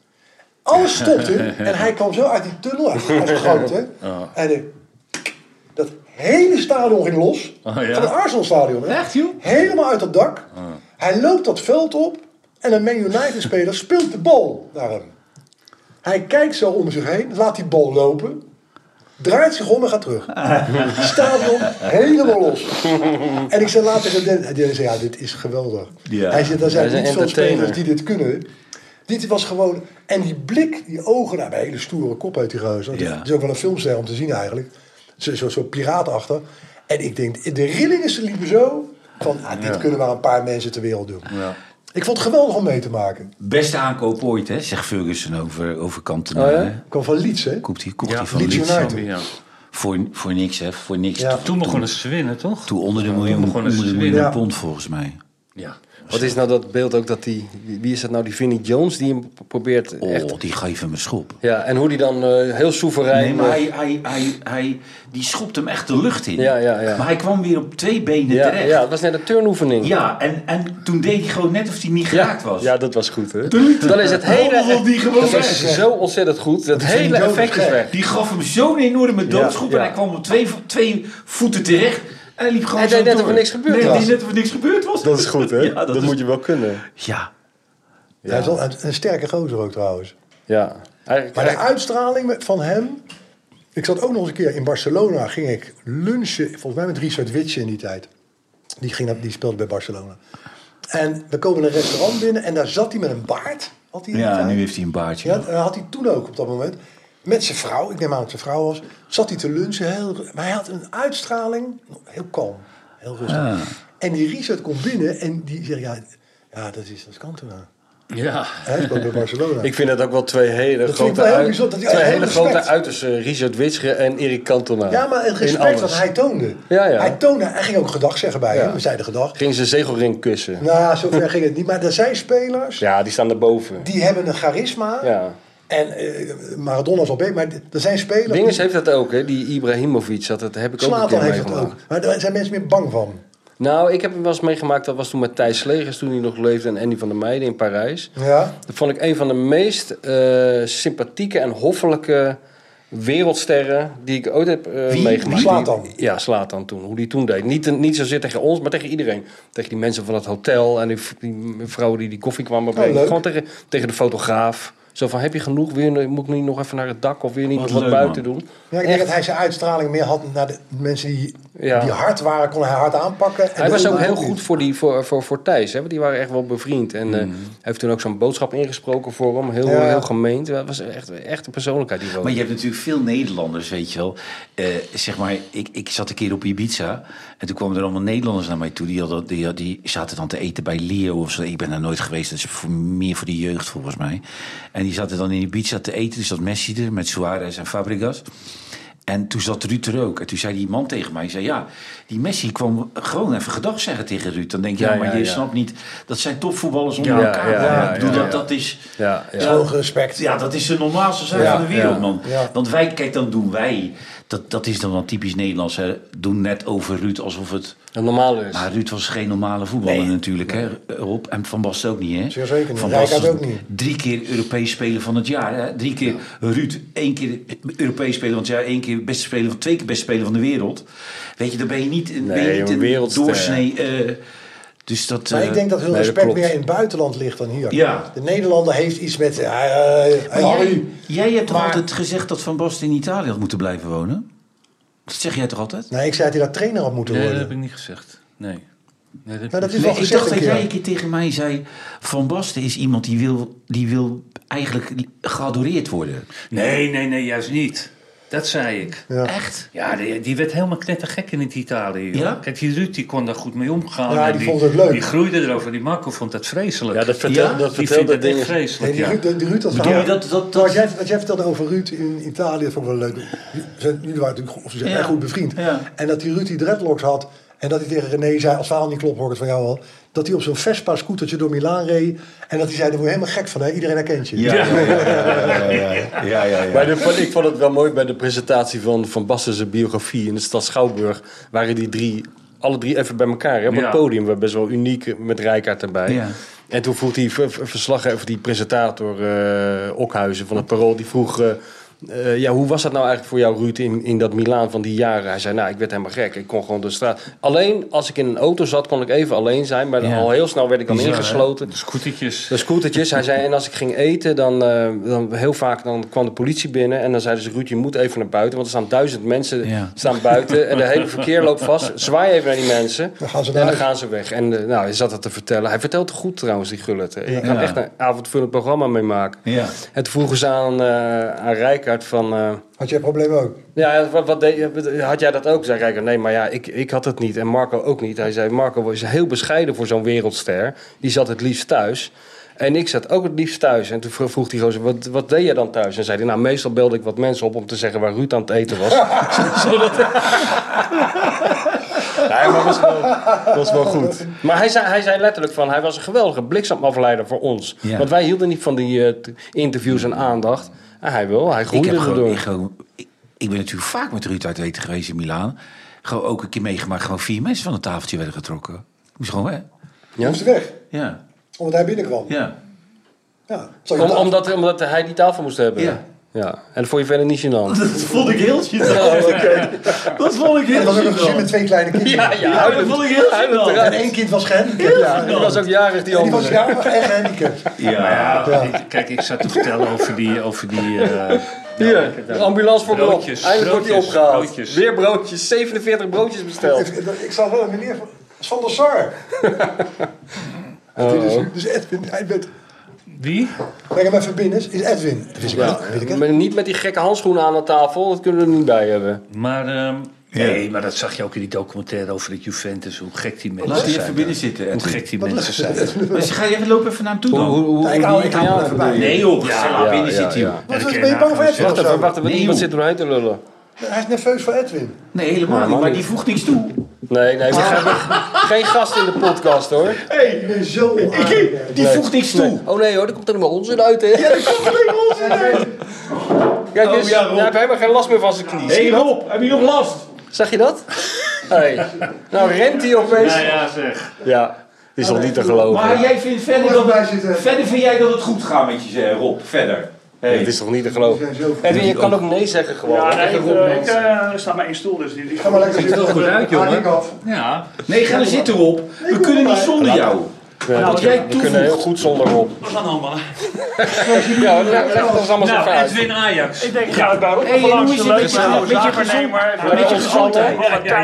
Alles stopte. En hij kwam zo uit die tunnel. Hij was groot, hè. En dat hele stadion ging los. Van het Arsenal-stadion, hè. Echt, joh? Helemaal uit het dak. Hij loopt dat veld op. En een Man United-speler speelt de bal naar hem. Hij kijkt zo om zich heen. Laat die bal lopen. Draait zich om en gaat terug. Stadion helemaal los. En ik zei later tegen Dennis, ja, dit is geweldig. Ja. Hij zei, er zijn niet veel spelers die dit kunnen. Dit was gewoon... En die blik, die ogen... Nou, een hele stoere kop uit die gozer. Ja. Dat is ook wel een filmster om te zien eigenlijk. Zo piraatachtig. En ik denk, de rillingen liepen zo... Van, dit kunnen maar een paar mensen ter wereld doen. Ja. Ik vond het geweldig om mee te maken. Beste aankoop ooit, hè? Zegt Ferguson over Cantona. Oh, ja? Kwam van Leeds, hè? Kocht hij van Leeds. Ja. Voor niks, hè? Voor niks. Ja. Toen begonnen ze te winnen, toch? Toen onder de miljoen pond, volgens mij. Ja. Wat is nou dat beeld ook dat die... Wie is dat nou? Die Vinnie Jones die hem probeert echt... die geeft hem een schop. Ja, en hoe die dan heel soeverein... Nee, maar hij die schopt hem echt de lucht in. Ja. Maar hij kwam weer op 2 benen terecht. Ja, het was net een turnoefening. Ja, en toen deed hij gewoon net of hij niet geraakt was. Ja, dat was goed, hè? Dan is het hele... Dat is zo ontzettend goed. Dat hele effect is weg. Die gaf hem zo'n enorme doodschop en hij kwam op 2 voeten terecht... En hij liep gewoon deed net of er niks gebeurd was. Net of er niks gebeurd was. Dat is goed, hè? Ja, dat moet je wel kunnen. Ja. Hij is wel een sterke gozer ook trouwens. Ja. Maar de uitstraling van hem... Ik zat ook nog eens een keer in Barcelona. Ging ik lunchen, volgens mij met Richard Witsje in die tijd. Die speelde bij Barcelona. En we komen een restaurant binnen en daar zat hij met een baard. Nu heeft hij een baardje. Ja, dat had hij toen ook op dat moment. Met zijn vrouw, ik neem aan dat het zijn vrouw was, zat hij te lunchen. Maar hij had een uitstraling, heel kalm, heel rustig. En die Richard komt binnen en die zegt, ja dat is Cantona. Ja. Hij speelt bij Barcelona. Ik vind dat ook wel twee hele grote uitersten. Richard Witsche en Erik Cantona. Ja, maar het respect wat hij toonde. Hij ging ook gedag zeggen bij hem. We zeiden gedag. Ging zijn zegelring kussen. Nou, zover ging het niet. Maar er zijn spelers... Ja, die staan erboven. Die hebben een charisma. Ja. En Maradona is al beter, maar er zijn spelers... Dinges heeft dat ook, hè? Die Ibrahimovic, dat heb ik ook een keer meegemaakt. Dat ook. Maar daar zijn mensen meer bang van. Nou, ik heb hem wel eens meegemaakt, dat was toen met Thijs Slegers, toen hij nog leefde, en Andy van der Meijden in Parijs. Ja. Dat vond ik een van de meest sympathieke en hoffelijke wereldsterren die ik ooit heb meegemaakt. Zlatan? Ja, Zlatan toen. Hoe die toen deed. Niet zozeer tegen ons, maar tegen iedereen. Tegen die mensen van het hotel en die vrouwen die koffie kwamen brengen. Gewoon tegen de fotograaf. Zo van, heb je genoeg? Moet ik niet nog even naar het dak of weer niet wat buiten doen? Ja, ik denk dat hij zijn uitstraling meer had naar de mensen die hard waren, kon hij hard aanpakken. En hij was ook heel goed voor Thijs, hè? Want die waren echt wel bevriend. En hij heeft toen ook zo'n boodschap ingesproken voor hem. Heel gemeend. Dat was echt een persoonlijkheid. Die maar je hebt natuurlijk veel Nederlanders, weet je wel. Zeg maar, ik zat een keer op Ibiza. En toen kwamen er allemaal Nederlanders naar mij toe. Die zaten dan te eten bij Leo of zo. Ik ben daar nooit geweest. Dat is meer voor de jeugd volgens mij. En die zaten dan in Ibiza te eten. Dus zat Messi er met Suarez en Fabregas. En toen zat Ruud er ook. En toen zei die man tegen mij, die Messi kwam gewoon even gedag zeggen tegen Ruud. Dan denk je, maar je snapt niet, dat zijn topvoetballers onder elkaar. Dat is... Hoge respect. Ja, dat is de normaalste zaak van de wereld, man. Ja. Want dan doen wij... Dat is dan wel typisch Nederlands. Hè. Doen net over Ruud alsof het... normaal is. Maar Ruud was geen normale voetballer natuurlijk. Hè, Rob. En Van Basten ook niet. Hè. Zeer zeker niet. Van Basten ook niet. 3 keer Europees Speler van het jaar. Hè. 3 keer Ruud. 1 keer Europees Speler van het jaar. 1 keer beste speler van 2 keer beste speler van de wereld. Weet je, dan ben je niet een doorsnee... Dus dat, maar ik denk dat heel respect meer in het buitenland ligt dan hier. Ja. De Nederlander heeft iets met... Jij hebt toch altijd gezegd dat Van Basten in Italië had moeten blijven wonen? Dat zeg jij toch altijd? Nee, ik zei dat hij daar trainer had moeten worden. Nee, dat heb ik niet gezegd. Nee. Dat is wel ik dacht dat jij een keer tegen mij zei... Van Basten is iemand die wil eigenlijk geadoreerd worden. Nee, juist niet. Dat zei ik. Ja. Echt? Ja, die werd helemaal knettergek in het Italië. Joh. Ja? Kijk, die Ruud die kon daar goed mee omgaan. Ja, die vond het leuk. Die groeide erover. Die Marco vond dat vreselijk. Ja, dat vertelde dat echt vreselijk. Nee, die Ruud dat verhaal. Wat jij vertelde over Ruud in Italië, dat vond ik wel leuk. Jullie waren natuurlijk echt goed bevriend. Ja. En dat die Ruud die dreadlocks had. En dat hij tegen René zei, als het verhaal niet klopt, hoor ik het van jou al. Dat hij op zo'n Vespa-scootertje door Milaan reed. En dat hij zei, daar word je helemaal gek van, hè? Iedereen herkent je. Ja. Maar ik vond het wel mooi bij de presentatie van Basten's biografie in de stad Schouwburg. Waren alle drie even bij elkaar, hè, op het podium. We best wel uniek met Rijkaard erbij. Ja. En toen vroeg die verslaggever, die presentator Okhuizen van het Parool, die vroeg... hoe was dat nou eigenlijk voor jou, Ruud, in dat Milaan van die jaren? Hij zei, ik werd helemaal gek. Ik kon gewoon de straat... Alleen als ik in een auto zat, kon ik even alleen zijn. Maar al heel snel werd ik dan ingesloten. De scootertjes. Hij zei, en als ik ging eten, dan heel vaak kwam de politie binnen. En dan zeiden ze, Ruud, je moet even naar buiten. Want er staan 1000 mensen staan buiten. En de hele verkeer loopt vast. Zwaai even naar die mensen. Dan gaan ze weg. En hij zat het te vertellen. Hij vertelt goed trouwens, die Gullit. Je kan echt een avondvullend programma mee maken. Ja. En toen vroegen ze aan Rijkaard van... had jij problemen ook? Ja, had jij dat ook? Zei Rijkaard, nee, maar ik had het niet. En Marco ook niet. Hij zei, Marco is heel bescheiden voor zo'n wereldster. Die zat het liefst thuis. En ik zat ook het liefst thuis. En toen vroeg die gozer, wat deed je dan thuis? En zei hij, meestal belde ik wat mensen op om te zeggen waar Ruud aan het eten was. Nee, maar dat was wel goed. Maar hij zei letterlijk van, hij was een geweldige bliksemafleider voor ons. Ja. Want wij hielden niet van die interviews en aandacht. Hij groeide erdoor. Ik ben natuurlijk vaak met Ruud uit eten geweest in Milaan. Gewoon ook een keer meegemaakt, gewoon 4 mensen van het tafeltje werden getrokken. Moest gewoon weg. Ja? Moest weg? Ja. Omdat hij binnenkwam? Ja. Omdat hij die tafel moest hebben? Ja. Ja, en dat vond je verder niet gênant? Dat vond ik heel gênant. Dat vond ik heel gênant. Dat was ook een gezin met 2 kleine kinderen. Ja, dat vond ik heel gênant. En 1 kind was gehandicapt. Die was ook jarig, die andere. Die was jarig en gehandicapt. Kijk, ik zat te vertellen over die hier, de ambulance voor op. Eindelijk wordt die opgehaald. Broodjes. Weer broodjes, 47 broodjes besteld. Ik zag wel een meneer van der Sar. Dus Edwin, hij bent... Wie? Breng hem even binnen, is Edwin. Maar niet met die gekke handschoenen aan de tafel, dat kunnen we er niet bij hebben. Maar Nee, maar dat zag je ook in die documentaire over de Juventus. Hoe gek die mensen Laat zijn. die even binnen zitten. Hoe gek die mensen zijn. Dus ga je even lopen even naar hem toe dan. Ik hou er even bij. Nee joh, ga binnen zitten joh. Ben je bang voor Edwin? Wacht even, iemand zit doorheen te lullen. Hij is nerveus voor Edwin. Nee, helemaal niet, maar die voegt niks toe. Nee, we hebben geen gast in de podcast hoor. Ik ben zo onaardig. Die voegt niks toe. Oh nee hoor, er komt helemaal onzin uit hè. Ja, dat komt alleen onzin uit. Kijk eens, hij heeft helemaal geen last meer van zijn knie. Hé Rob, heb je nog last? Zag je dat? Hey. Nou rent hij opeens. Ja, zeg. Ja, die is nog niet te geloven. Maar jij vindt verder vind jij dat het goed gaat met je Rob, verder. Hey. Het is toch niet te geloven. En je kan ook nee zeggen gewoon. Ja, nee, er staat maar één stoel, dus die Ga maar lekker ziet er wel goed uit, jongen. Ja. Nee, ga er zitten Rob. We kunnen niet zonder jou. Ja, we kunnen heel goed zonder Rob. We gaan allemaal. Ja, leg ons allemaal zo ver uit. Edwin Ajax. Ik denk, ik ga het bij Rob Hey, even langs. hoe is het met je gezondheid? Met je gezondheid.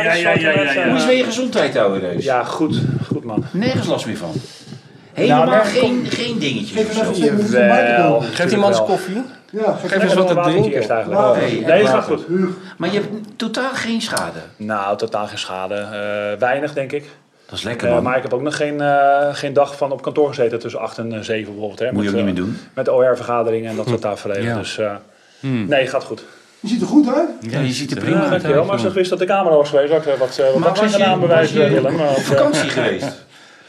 Hoe is weer je gezondheid, ouwe reus? Ja, goed man. Nergens last meer van. Helemaal geen dingetjes of zo. Wel. Geef die man eens koffie. Ja, Geef eens wat te drinken. Nee, gaat goed. Maar je hebt totaal geen schade. Nou, totaal geen schade. Weinig, denk ik. Dat is lekker man. Maar ik heb ook nog geen dag van op kantoor gezeten tussen 8 en 7 bijvoorbeeld. Hè, Moet je ook niet meer doen. Met OR-vergaderingen en dat soort tafereelen. Ja. Dus nee, gaat goed. Je ziet er goed uit. Ja, je ziet er prima uit. Dankjewel, maar als ik wist dat de camera was geweest, had ik wat actie was gedaan bewijs je Willem. op vakantie geweest?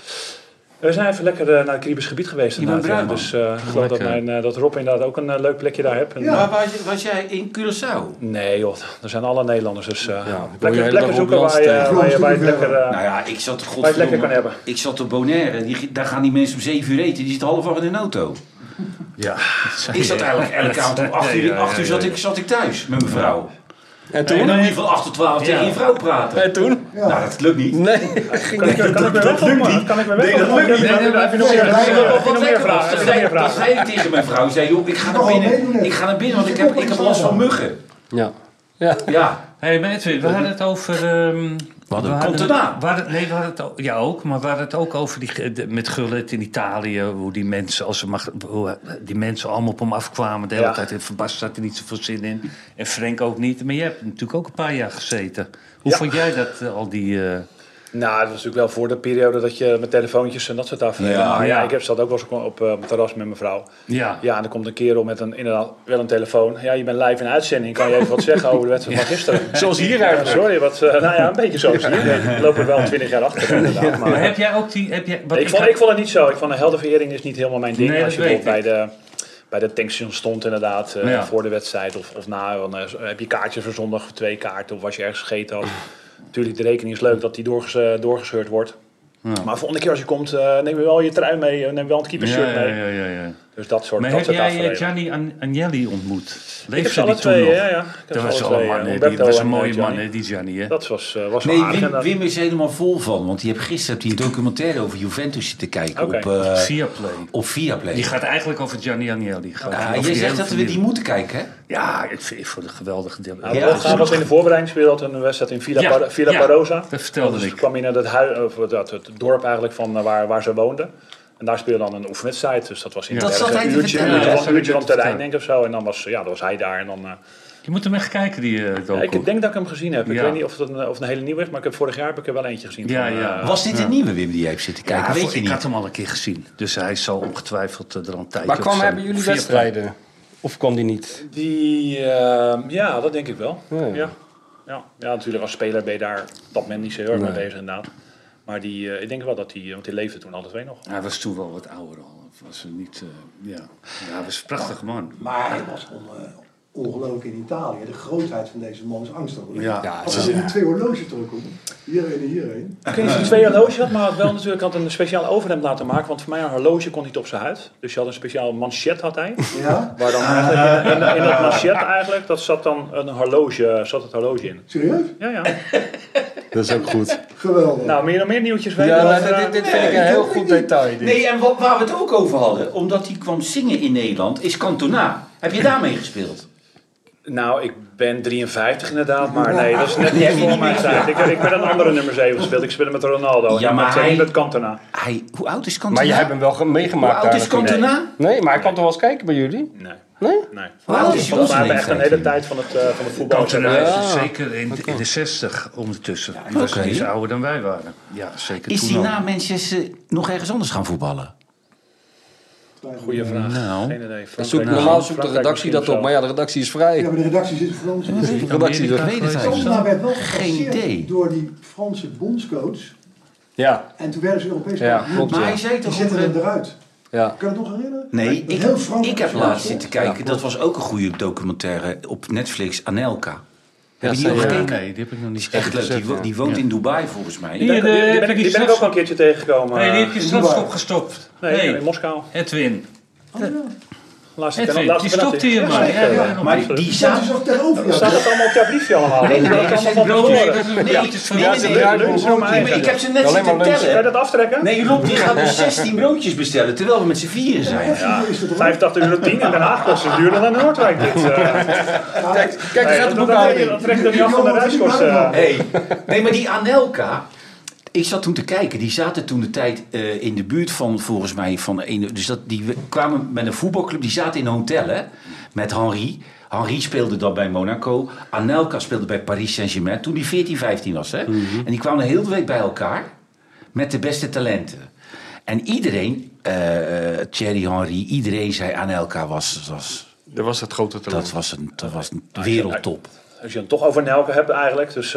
We zijn even lekker naar het Caribisch gebied geweest. Je bent inderdaad, blij, ja. Dus ik geloof dat Rob inderdaad ook een leuk plekje daar heeft. En, Ja. Maar was jij in Curaçao? Nee joh, er zijn alle Nederlanders. Dus wil je plekken helemaal zoeken op waar je het lekker, Nou ja, ik zat waar je het lekker kan hebben. Ik zat op Bonaire. Daar gaan die mensen om 7 uur eten. Die zitten half 8 in een auto. Ja. Ik zat eigenlijk elke avond om 8 uur zat ik thuis met mijn vrouw. En En toen? dan moet je van 8 tot 12 tegen je vrouw praten. En toen? Nou, dat lukt niet. Nee. Kan ik weer weg? Kan ik weer weg? Nee, dat lukt niet. Heb je nog meer vragen? Dat zei ik tegen mijn vrouw. Ik zei, joh, ik ga naar binnen, want ik heb last van muggen. Ja. Ja. Hé, maar Edwin, we hadden het over... Cantona. We hadden het ook, maar we hadden het ook over met Gullit in Italië. Hoe die mensen, hoe die mensen allemaal op hem afkwamen de hele tijd. En Van Basten had er niet zoveel zin in. En Frank ook niet. Maar jij hebt natuurlijk ook een paar jaar gezeten. Hoe vond jij dat, al die... Nou, dat was natuurlijk wel voor de periode dat je met telefoontjes en dat soort tafereelen. Maar ik zat ook wel eens op het terras met mijn vrouw. Ja. Ja, en dan komt een kerel met inderdaad wel een telefoon. Ja, je bent live in uitzending. Kan je even wat zeggen over de wedstrijd van gisteren? Zoals hier eigenlijk. Sorry, nou ja, een beetje zoals hier. We lopen wel 20 jaar achter inderdaad. Maar heb jij ook die... Ik vond het niet zo. Ik vond de heldenverering is niet helemaal mijn ding. Nee, als je dat weet bijvoorbeeld bij de tankstation stond inderdaad voor de wedstrijd of na. Dan heb je kaartjes voor zondag voor 2 kaarten of als je ergens gegeten had. Natuurlijk, de rekening is leuk dat die doorgescheurd wordt. Ja. Maar volgende keer als je komt, neem je wel je trui mee, neem wel een keepershirt mee. Ja. Dus dat soort Maar heb jij Gianni Agnelli ontmoet? Leefde die alle toen twee, nog? Ja. Dat was wel een man, die was een mooie man, hè, die Gianni. Hè? Dat was Nee, aardig. Wim is helemaal vol van, want gisteren heeft hij een documentaire over Juventus zitten kijken op Viaplay. Die gaat eigenlijk over Gianni Agnelli. Jij zegt dat we die moeten kijken, hè? Ja, ik vind het een geweldige deel. Ja, was in de voorbereiding speelde een wedstrijd in Villa Parosa. Dat vertelde ik. Dus kwam je naar het dorp eigenlijk van waar ze woonden. En daar speelde dan een oefenwedstrijd. Dus dat was in een uurtje van het terrein, denk ik of zo. En dan was hij daar. En dan, je moet hem echt kijken, die docu. Ik denk dat ik hem gezien heb. Ik weet niet of het een hele nieuwe is, maar vorig jaar heb ik er wel eentje gezien. Was dit een nieuwe Wim die jij hebt zitten kijken? Weet je niet? Ik had hem al een keer gezien. Dus hij zal ongetwijfeld er al een tijdje... Maar kwam hij bij jullie wedstrijden? Of kwam die niet? Ja, dat denk ik wel. Nee. Ja, natuurlijk als speler ben je daar op dat moment niet zo heel erg mee bezig inderdaad. Maar ik denk wel dat want die leefde toen alle twee nog. Hij was toen wel wat ouder al. Was niet, hij was een prachtige man. Maar hij was ongelooflijk in Italië. De grootheid van deze man is angstig. Als Ja. er die 2 horloges terugkomen, hierheen en hierheen. Ik weet niet of hij 2 horloges had, maar wel natuurlijk had een speciaal overhemd laten maken. Want voor mij een horloge kon niet op zijn huid. Dus je had een speciaal manchet had hij. Ja? Waar dan eigenlijk in dat manchet eigenlijk, dat zat dan het horloge in. Serieus? Ja. Dat is ook goed. Geweldig. Nou, nog meer nieuwtjes weten? Ja, dit vind ik een heel goed detail. Nee, en waar we het ook over hadden, omdat hij kwam zingen in Nederland, is Cantona. Heb je daarmee gespeeld? Nou, ik ben 53 inderdaad, maar nee, dat is net niet voor mijn tijd. Ik ben een andere nummer 7 gespeeld. Ik speelde met Ronaldo. Ja, maar met Cantona. Hoe oud is Cantona? Maar jij hebt hem wel meegemaakt. Hoe oud is Cantona? Nee, maar hij kan toch wel eens kijken bij jullie? Nee. Nee? Nee. Volgens mij hebben echt een hele tijd van het voetbal. Cantona is zeker in de 60 ondertussen. Die is ouder dan wij waren. Ja, zeker. Is hij na Manchester nog ergens anders gaan voetballen? Goeie vraag. Nou, geen idee. Normaal zoekt de redactie dat op, maar ja, de redactie is vrij. Ja, maar de redactie zit in Frans. De redactie is Cantona werd wel Geen idee. gepasseerd door die Franse bondscoach. Ja. En toen werden ze Europees kampioen. Klopt, Maar hij zei Die toch zetten hem eruit. Ja. Kan je het nog herinneren? Nee, ik heb laatst zitten kijken. Ja, Dat was ook een goede documentaire op Netflix, Anelka. Heb je die zeker. al gekeken? Nee, die heb ik nog niet Echt leuk. Die woont in Dubai volgens mij. Die ben ik ook al een keertje tegengekomen. Nee, die heb je strafschop gestopt. Nee, in Moskou. Edwin. Laatste die stopt hier maar. Maar die zaten... Staat het allemaal op jouw briefje allemaal? Nee, dat zijn broodjes. Nee, ik heb ze net zitten Kan je tellen. dat aftrekken? Nee, Rob die gaat dus 16 broodjes bestellen, terwijl we met z'n vieren zijn. Ja, 85 € in Den Haag kost het duurder dan in Noordwijk. Kijk, er gaat de boekhouding. Dat trekt er niet af van de reiskosten. Nee, maar die Anelka... Ik zat toen te kijken, die zaten toen de tijd in de buurt van, volgens mij, dus die kwamen met een voetbalclub, die zaten in een hotel, hè, met Henry. Henry speelde dat bij Monaco. Anelka speelde bij Paris Saint-Germain toen hij 14, 15 was. Hè. En die kwamen de hele week bij elkaar met de beste talenten. En iedereen, Thierry Henry, iedereen zei Anelka was Dat was het grote talent. dat was een wereldtop. Als je het toch over Nelke hebt eigenlijk, dus...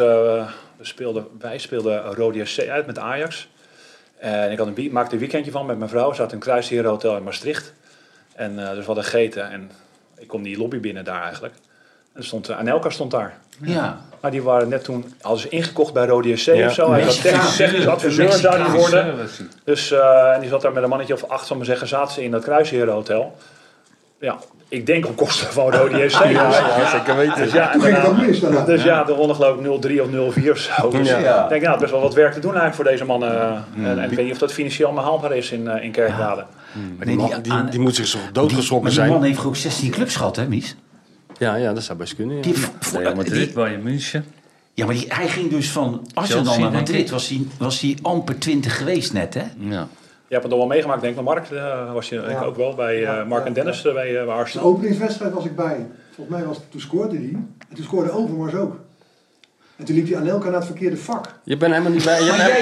wij speelden Rode SC uit met Ajax. En ik maakte een weekendje van met mijn vrouw. We zaten in een Kruisherenhotel in Maastricht. En dus we hadden gegeten. En ik kom die lobby binnen daar eigenlijk. En Anelka stond daar. Ja. Maar die waren net toen... Hadden ze ingekocht bij Rode SC of zo. Hij was technisch adviseur zou die worden. Dus en die zat daar met een mannetje of 8 van me zeggen. Zaten ze in dat Kruisherenhotel. Ja, ik denk op kosten van Rode SC. Ja, zeker weten. Dus ja, toen wonnen geloof ik 0-3 of 0-4 of zo. Dus ik denk, best wel wat werk te doen eigenlijk voor deze mannen. En ik weet niet of dat financieel maar haalbaar is in Kerkrade. Maar die moet zich zo doodgeschrokken zijn. Die man heeft ook 16 clubs gehad, hè, Mies? Ja, dat zou best kunnen. Ja. Real Madrid, Bayern München. Ja, maar hij ging dus van Arsenal naar Madrid. Was hij amper 20 geweest net, hè? Ja. Je hebt het al wel meegemaakt, denk ik. Maar Mark was je ook wel bij Mark en Dennis bij Arsenal. De openingswedstrijd was ik bij. Volgens mij toen scoorde hij. En toen scoorde Overmars ook. En toen liep hij Anelka naar het verkeerde vak. Je bent helemaal niet bij.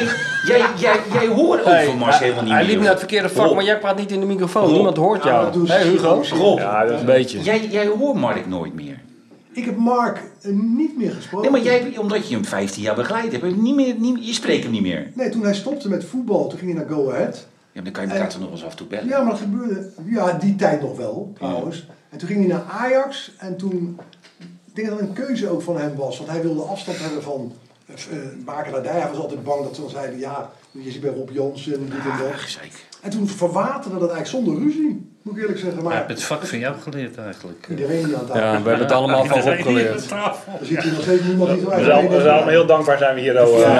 Jij hoort Overmars helemaal niet meer. Hij liep naar het verkeerde vak, maar jij praat niet in de microfoon. Niemand hoort jou. Hé, Hugo. Rob, een beetje. Jij hoort Mark nooit meer. Ik heb Mark niet meer gesproken. Nee, maar omdat je hem 15 jaar begeleid hebt, je spreekt hem niet meer. Nee, toen hij stopte met voetbal, toen ging hij naar Go Ahead. Ja, maar dan kan je elkaar toch nog eens af en toe bellen. Ja, maar dat gebeurde... Ja, die tijd nog wel, trouwens. Ja. En toen ging hij naar Ajax. En toen... Ik denk dat het een keuze ook van hem was. Want hij wilde afstand hebben van... Bakerdij. Hij was altijd bang dat ze dan zeiden... Ja, je zit bij Rob Jansen, dit en dat. En toen verwaterde dat eigenlijk zonder ruzie. Moet ik eerlijk zeggen. Maar ik heb het vak van jou geleerd eigenlijk. Iedereen die aan tafel. Ja, we hebben het allemaal van Rob geleerd. Er zit hier nog steeds niemand die zo We zijn allemaal heel dankbaar zijn we hier.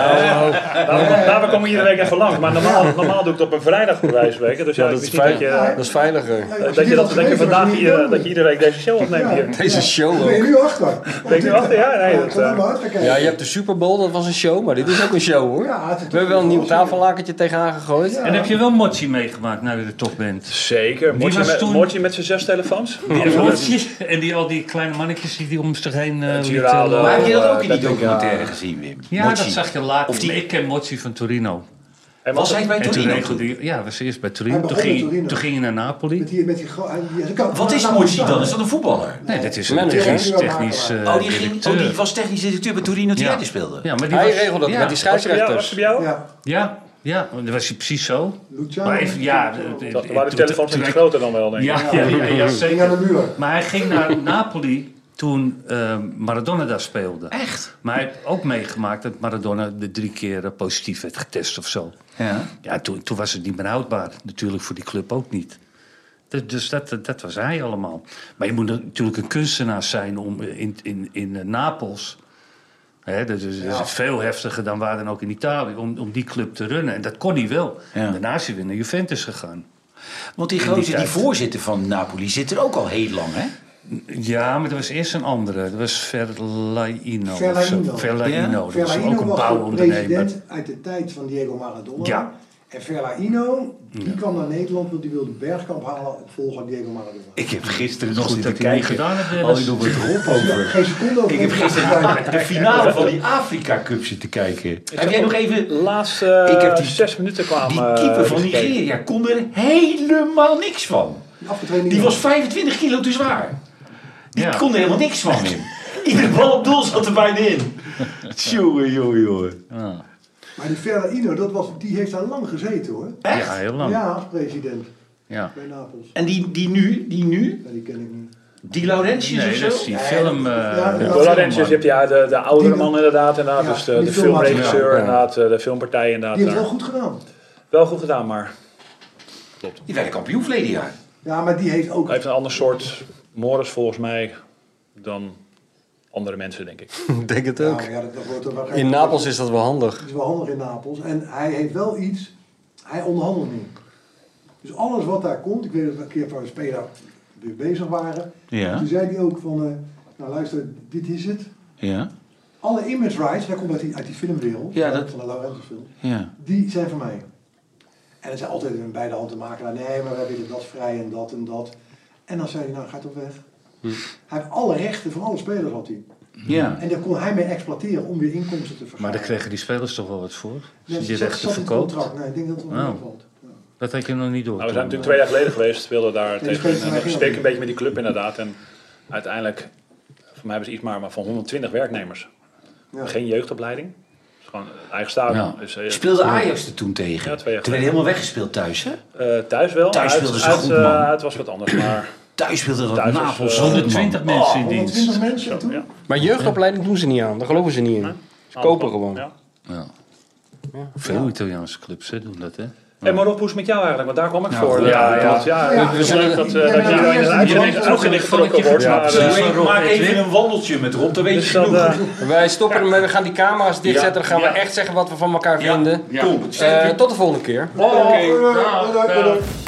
We komen iedere week even langs. Maar normaal doe ik het op een vrijdag voor wijze van spreken. Dus ja, dat is veiliger. Dat je vandaag dat je iedere week deze show opneemt hier. Deze show ook. Ben je nu achter? Ben je nu achter? Ja, nee. Ja, je hebt de Super Bowl, dat was een show. Maar dit is ook een show hoor. We hebben wel een nieuw tafellakertje tegenaan gegooid. En heb je wel Mochi meegemaakt nou je er toch bent? Zeker. Mochi met zijn 6 telefoons. En al die kleine mannetjes die om zich heen... Maar heb je dat ook in die documentaire gezien, Wim? Ja, dat zag je later. Ik ken Mochi van Torino. Was hij bij Torino? Ja, was eerst bij Torino. Toen ging hij naar Napoli. Wat is Mochi dan? Is dat een voetballer? Nee, dat is een technisch die was technisch directeur bij Torino toen jij speelde? Ja, maar hij regelde dat met die scheidsrechters. Was hij bij jou? Ja, dan was hij precies zo. Maar even, waren de telefoons niet groter dan wel, denk ik. Ja, zeker. Maar hij ging naar Napoli toen Maradona daar speelde. Echt? Maar hij heeft ook meegemaakt dat Maradona 3 keer positief werd getest of zo. Ja, toen was het niet meer houdbaar. Natuurlijk voor die club ook niet. Dus dat was hij allemaal. Maar je moet natuurlijk een kunstenaar zijn om in Napels... dat is veel heftiger dan waar dan ook in Italië... om die club te runnen. En dat kon hij wel. Ja. En daarna is hij weer naar Juventus gegaan. Want die voorzitter van Napoli zit er ook al heel lang, hè? Ja, maar er was eerst een andere. Dat was Verlaino. Verlaino. Dat was ook een bouwondernemer. President uit de tijd van Diego Maradona. Ja. En Fellaino, die kwam naar Nederland, want die wilde Bergkamp halen, volgen Diego Maradona. Ik heb gisteren nog zitten dat hij niet kijken. gedaan heeft, Had ik nog wat erop over. Geen seconde over. Ik heb gisteren de finale van die Afrika Cup zitten kijken. Heb jij nog even... De laatste Ik heb die 6 minuten kwamen. Die keeper van Nigeria kon er helemaal niks van. Die was 25 kilo te zwaar. Die kon er helemaal niks van in. Iedere bal op doel zat er bijna in. Jongen. Ja. Maar die Fellaino, die heeft daar lang gezeten hoor. Echt? Ja, heel lang. Ja, als president. Ja. Bij Napels. En die nu? Ja, die ken ik niet. Die Laurentius Nee, of zo? dat is die film... Laurentius, je hebt de oudere man inderdaad. Ja, Dus die de filmregisseur, ja. inderdaad, de filmpartij inderdaad. Die heeft wel goed gedaan. Wel goed gedaan, maar Die werden kampioen verleden jaar. Ja, maar die heeft ook... hij heeft een ander soort mores volgens mij dan andere mensen, denk ik. Ik denk het ook. Ja, maar dat wordt er wel In Napels is dat wel handig. Het is wel handig in Napels. En hij heeft wel iets... Hij onderhandelt niet. Dus alles wat daar komt... Ik weet dat we een keer van een speler weer bezig waren. Ja. Toen zei hij ook van... nou luister, dit is het. Ja. Alle image rights, dat komt uit die filmwereld. Ja, dat- Van de Laurentius film. Ja. Die zijn van mij. En dat zijn altijd een beide handen makelaar. Nee, maar wij willen dat vrij en dat en dat. En dan zei hij, nou ga toch weg. Hij heeft alle rechten van alle spelers had hij. Ja. En daar kon hij mee exploiteren om weer inkomsten te vergaren. Maar daar kregen die spelers toch wel wat voor? Ja, Als je die zat rechten in het verkoopt. contract. Nee, ik denk dat het wel Oh. meevalt. Ja. Dat had je nog niet door. Nou, we zijn natuurlijk 2 jaar geleden geweest, speelden daar die tegen. spelen En tegen we spreken een beetje met die club inderdaad. En uiteindelijk, voor mij hebben ze iets maar van 120 werknemers. Ja. Geen jeugdopleiding. Dus gewoon eigen stadion. Ja. Dus, Speelde Ajax er toen tegen? Ja, 2 jaar Toen werd helemaal weggespeeld thuis, hè? thuis wel. Thuis speelden ze goed, man. Het was wat anders, maar... Thuis speelde dat Thuis was, Napels. 120 mensen in 120 dienst. mensen toen? Ja. Maar jeugdopleiding doen ze niet aan. Daar geloven ze niet in. Ze kopen gewoon. Ja. Ja. Veel Italiaanse clubs doen dat, hè? En maar Rob, hoe is het met jou eigenlijk? Want daar kwam ik voor. goed. We zullen- dat Ja, maar je eerst- uitzending ook in getrokken wordt. Ja, Maar, precies. Maak even een wandeltje met Rob, dan weet dus je dat, genoeg. Wij stoppen ermee. We gaan die camera's dichtzetten. Dan gaan we Ja. echt zeggen wat we van elkaar vinden. Kom, Tot de volgende keer. Oké. Bedankt.